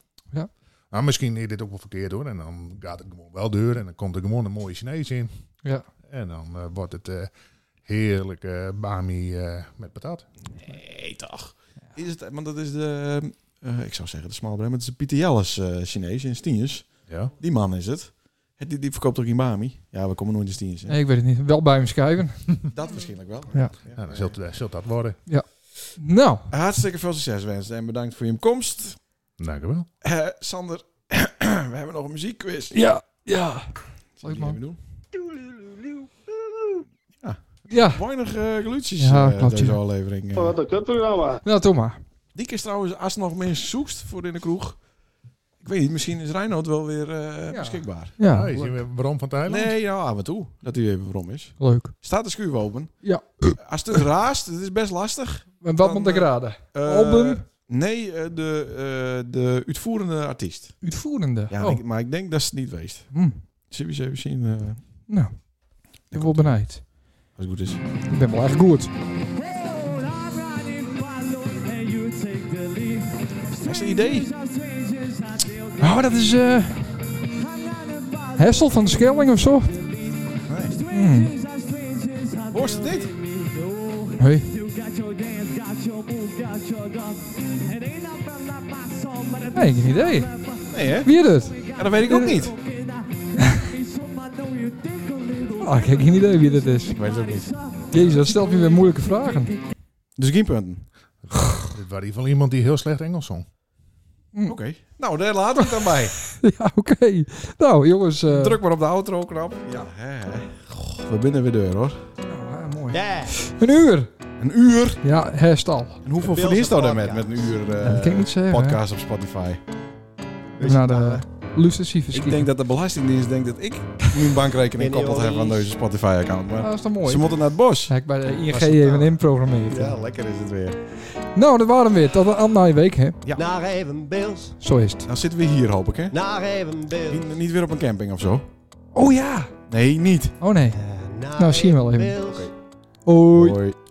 Nou, misschien is dit ook wel verkeerd hoor. En dan gaat het gewoon wel deur. En dan komt er gewoon een mooie Chinees in. Ja. En dan wordt het heerlijke bami met patat. Nee, toch. Is het, want dat is de... ik zou zeggen de smalbrein, maar het is de Pieter Jelles Chinees in Stienjes. Ja. Die man is het. Die verkoopt ook in Bami. Ja, we komen nooit in Stienjes. hè? Nee, ik weet het niet. Wel bij hem schrijven. Dat waarschijnlijk wel. Ja. Nou, dan zult dat worden. Nou, Hartstikke veel succes wensen en bedankt voor je komst. Dank u wel. Sander, we hebben nog een muziekquiz. ja. Ja. Zal ik man. even doen? Ja. Weinig geluidjes Ja, klopt, deze ja. aflevering. Wat een kutprogramma. Nou, toch maar. Die is trouwens, als er nog mensen zoekt voor in de kroeg. Ik weet niet, misschien is Reinoud wel weer beschikbaar. Ja. Ah, je ziet weer Bron van het eiland. Nee, ja, af en toe. Dat hij even waarom is. Leuk. Staat de schuur open? Ja. Als het raast, het is best lastig. En wat Dan, moet ik raden? Eh, Album? Nee, de uitvoerende artiest. Uitvoerende. Ja, Oh. maar ik denk dat ze het niet weest. Hm. Zullen we eens even zien Nou. Ik ben wel benijd. als het goed is. Ik ben wel echt goed. Dat is een idee. Oh, dat is Hessel van de Schelling of zo. Nee. Hoort het niet? Hey. Nee, geen idee. Nee, hè? Wie is het? Ja, dat weet ik ook niet. Ah, ik heb geen idee wie dit is. Ik weet het ook niet. Jezus, dat stelt me weer moeilijke vragen. Dus geen punten. Dit was in ieder geval iemand die heel slecht Engels zong. Oké. Nou, daar laten we het dan bij. Ja, oké. Nou, jongens. Druk maar op de outro-knop. Ja, hè. Goh, we binnen weer deur, hoor. Mooi. Ja. Een uur. Een uur. Ja, herstal. En hoeveel Beelse verdienst nou podcast. daarmet met een uur dat kan ik niet zeggen. podcast op Spotify? Naar de Lucifer Ik denk dat de Belastingdienst denkt dat ik nu een bankrekening Nee, koppeld heb aan deze Spotify-account. Maar dat is toch mooi. ze moeten naar het bos. Heb ik bij de ING Was het even nou? inprogrammeerd. Ja, lekker is het weer. Nou, dat waren we weer. Tot een andere week, hè. Ja. Naar even Bills. Zo is het. Nou zitten we hier, hoop ik, hè? Naar even Bills. Niet weer op een camping of zo. Oh ja. Nee, niet. Oh nee. Nou, zien we wel even. Bills. Hoi. Hoi.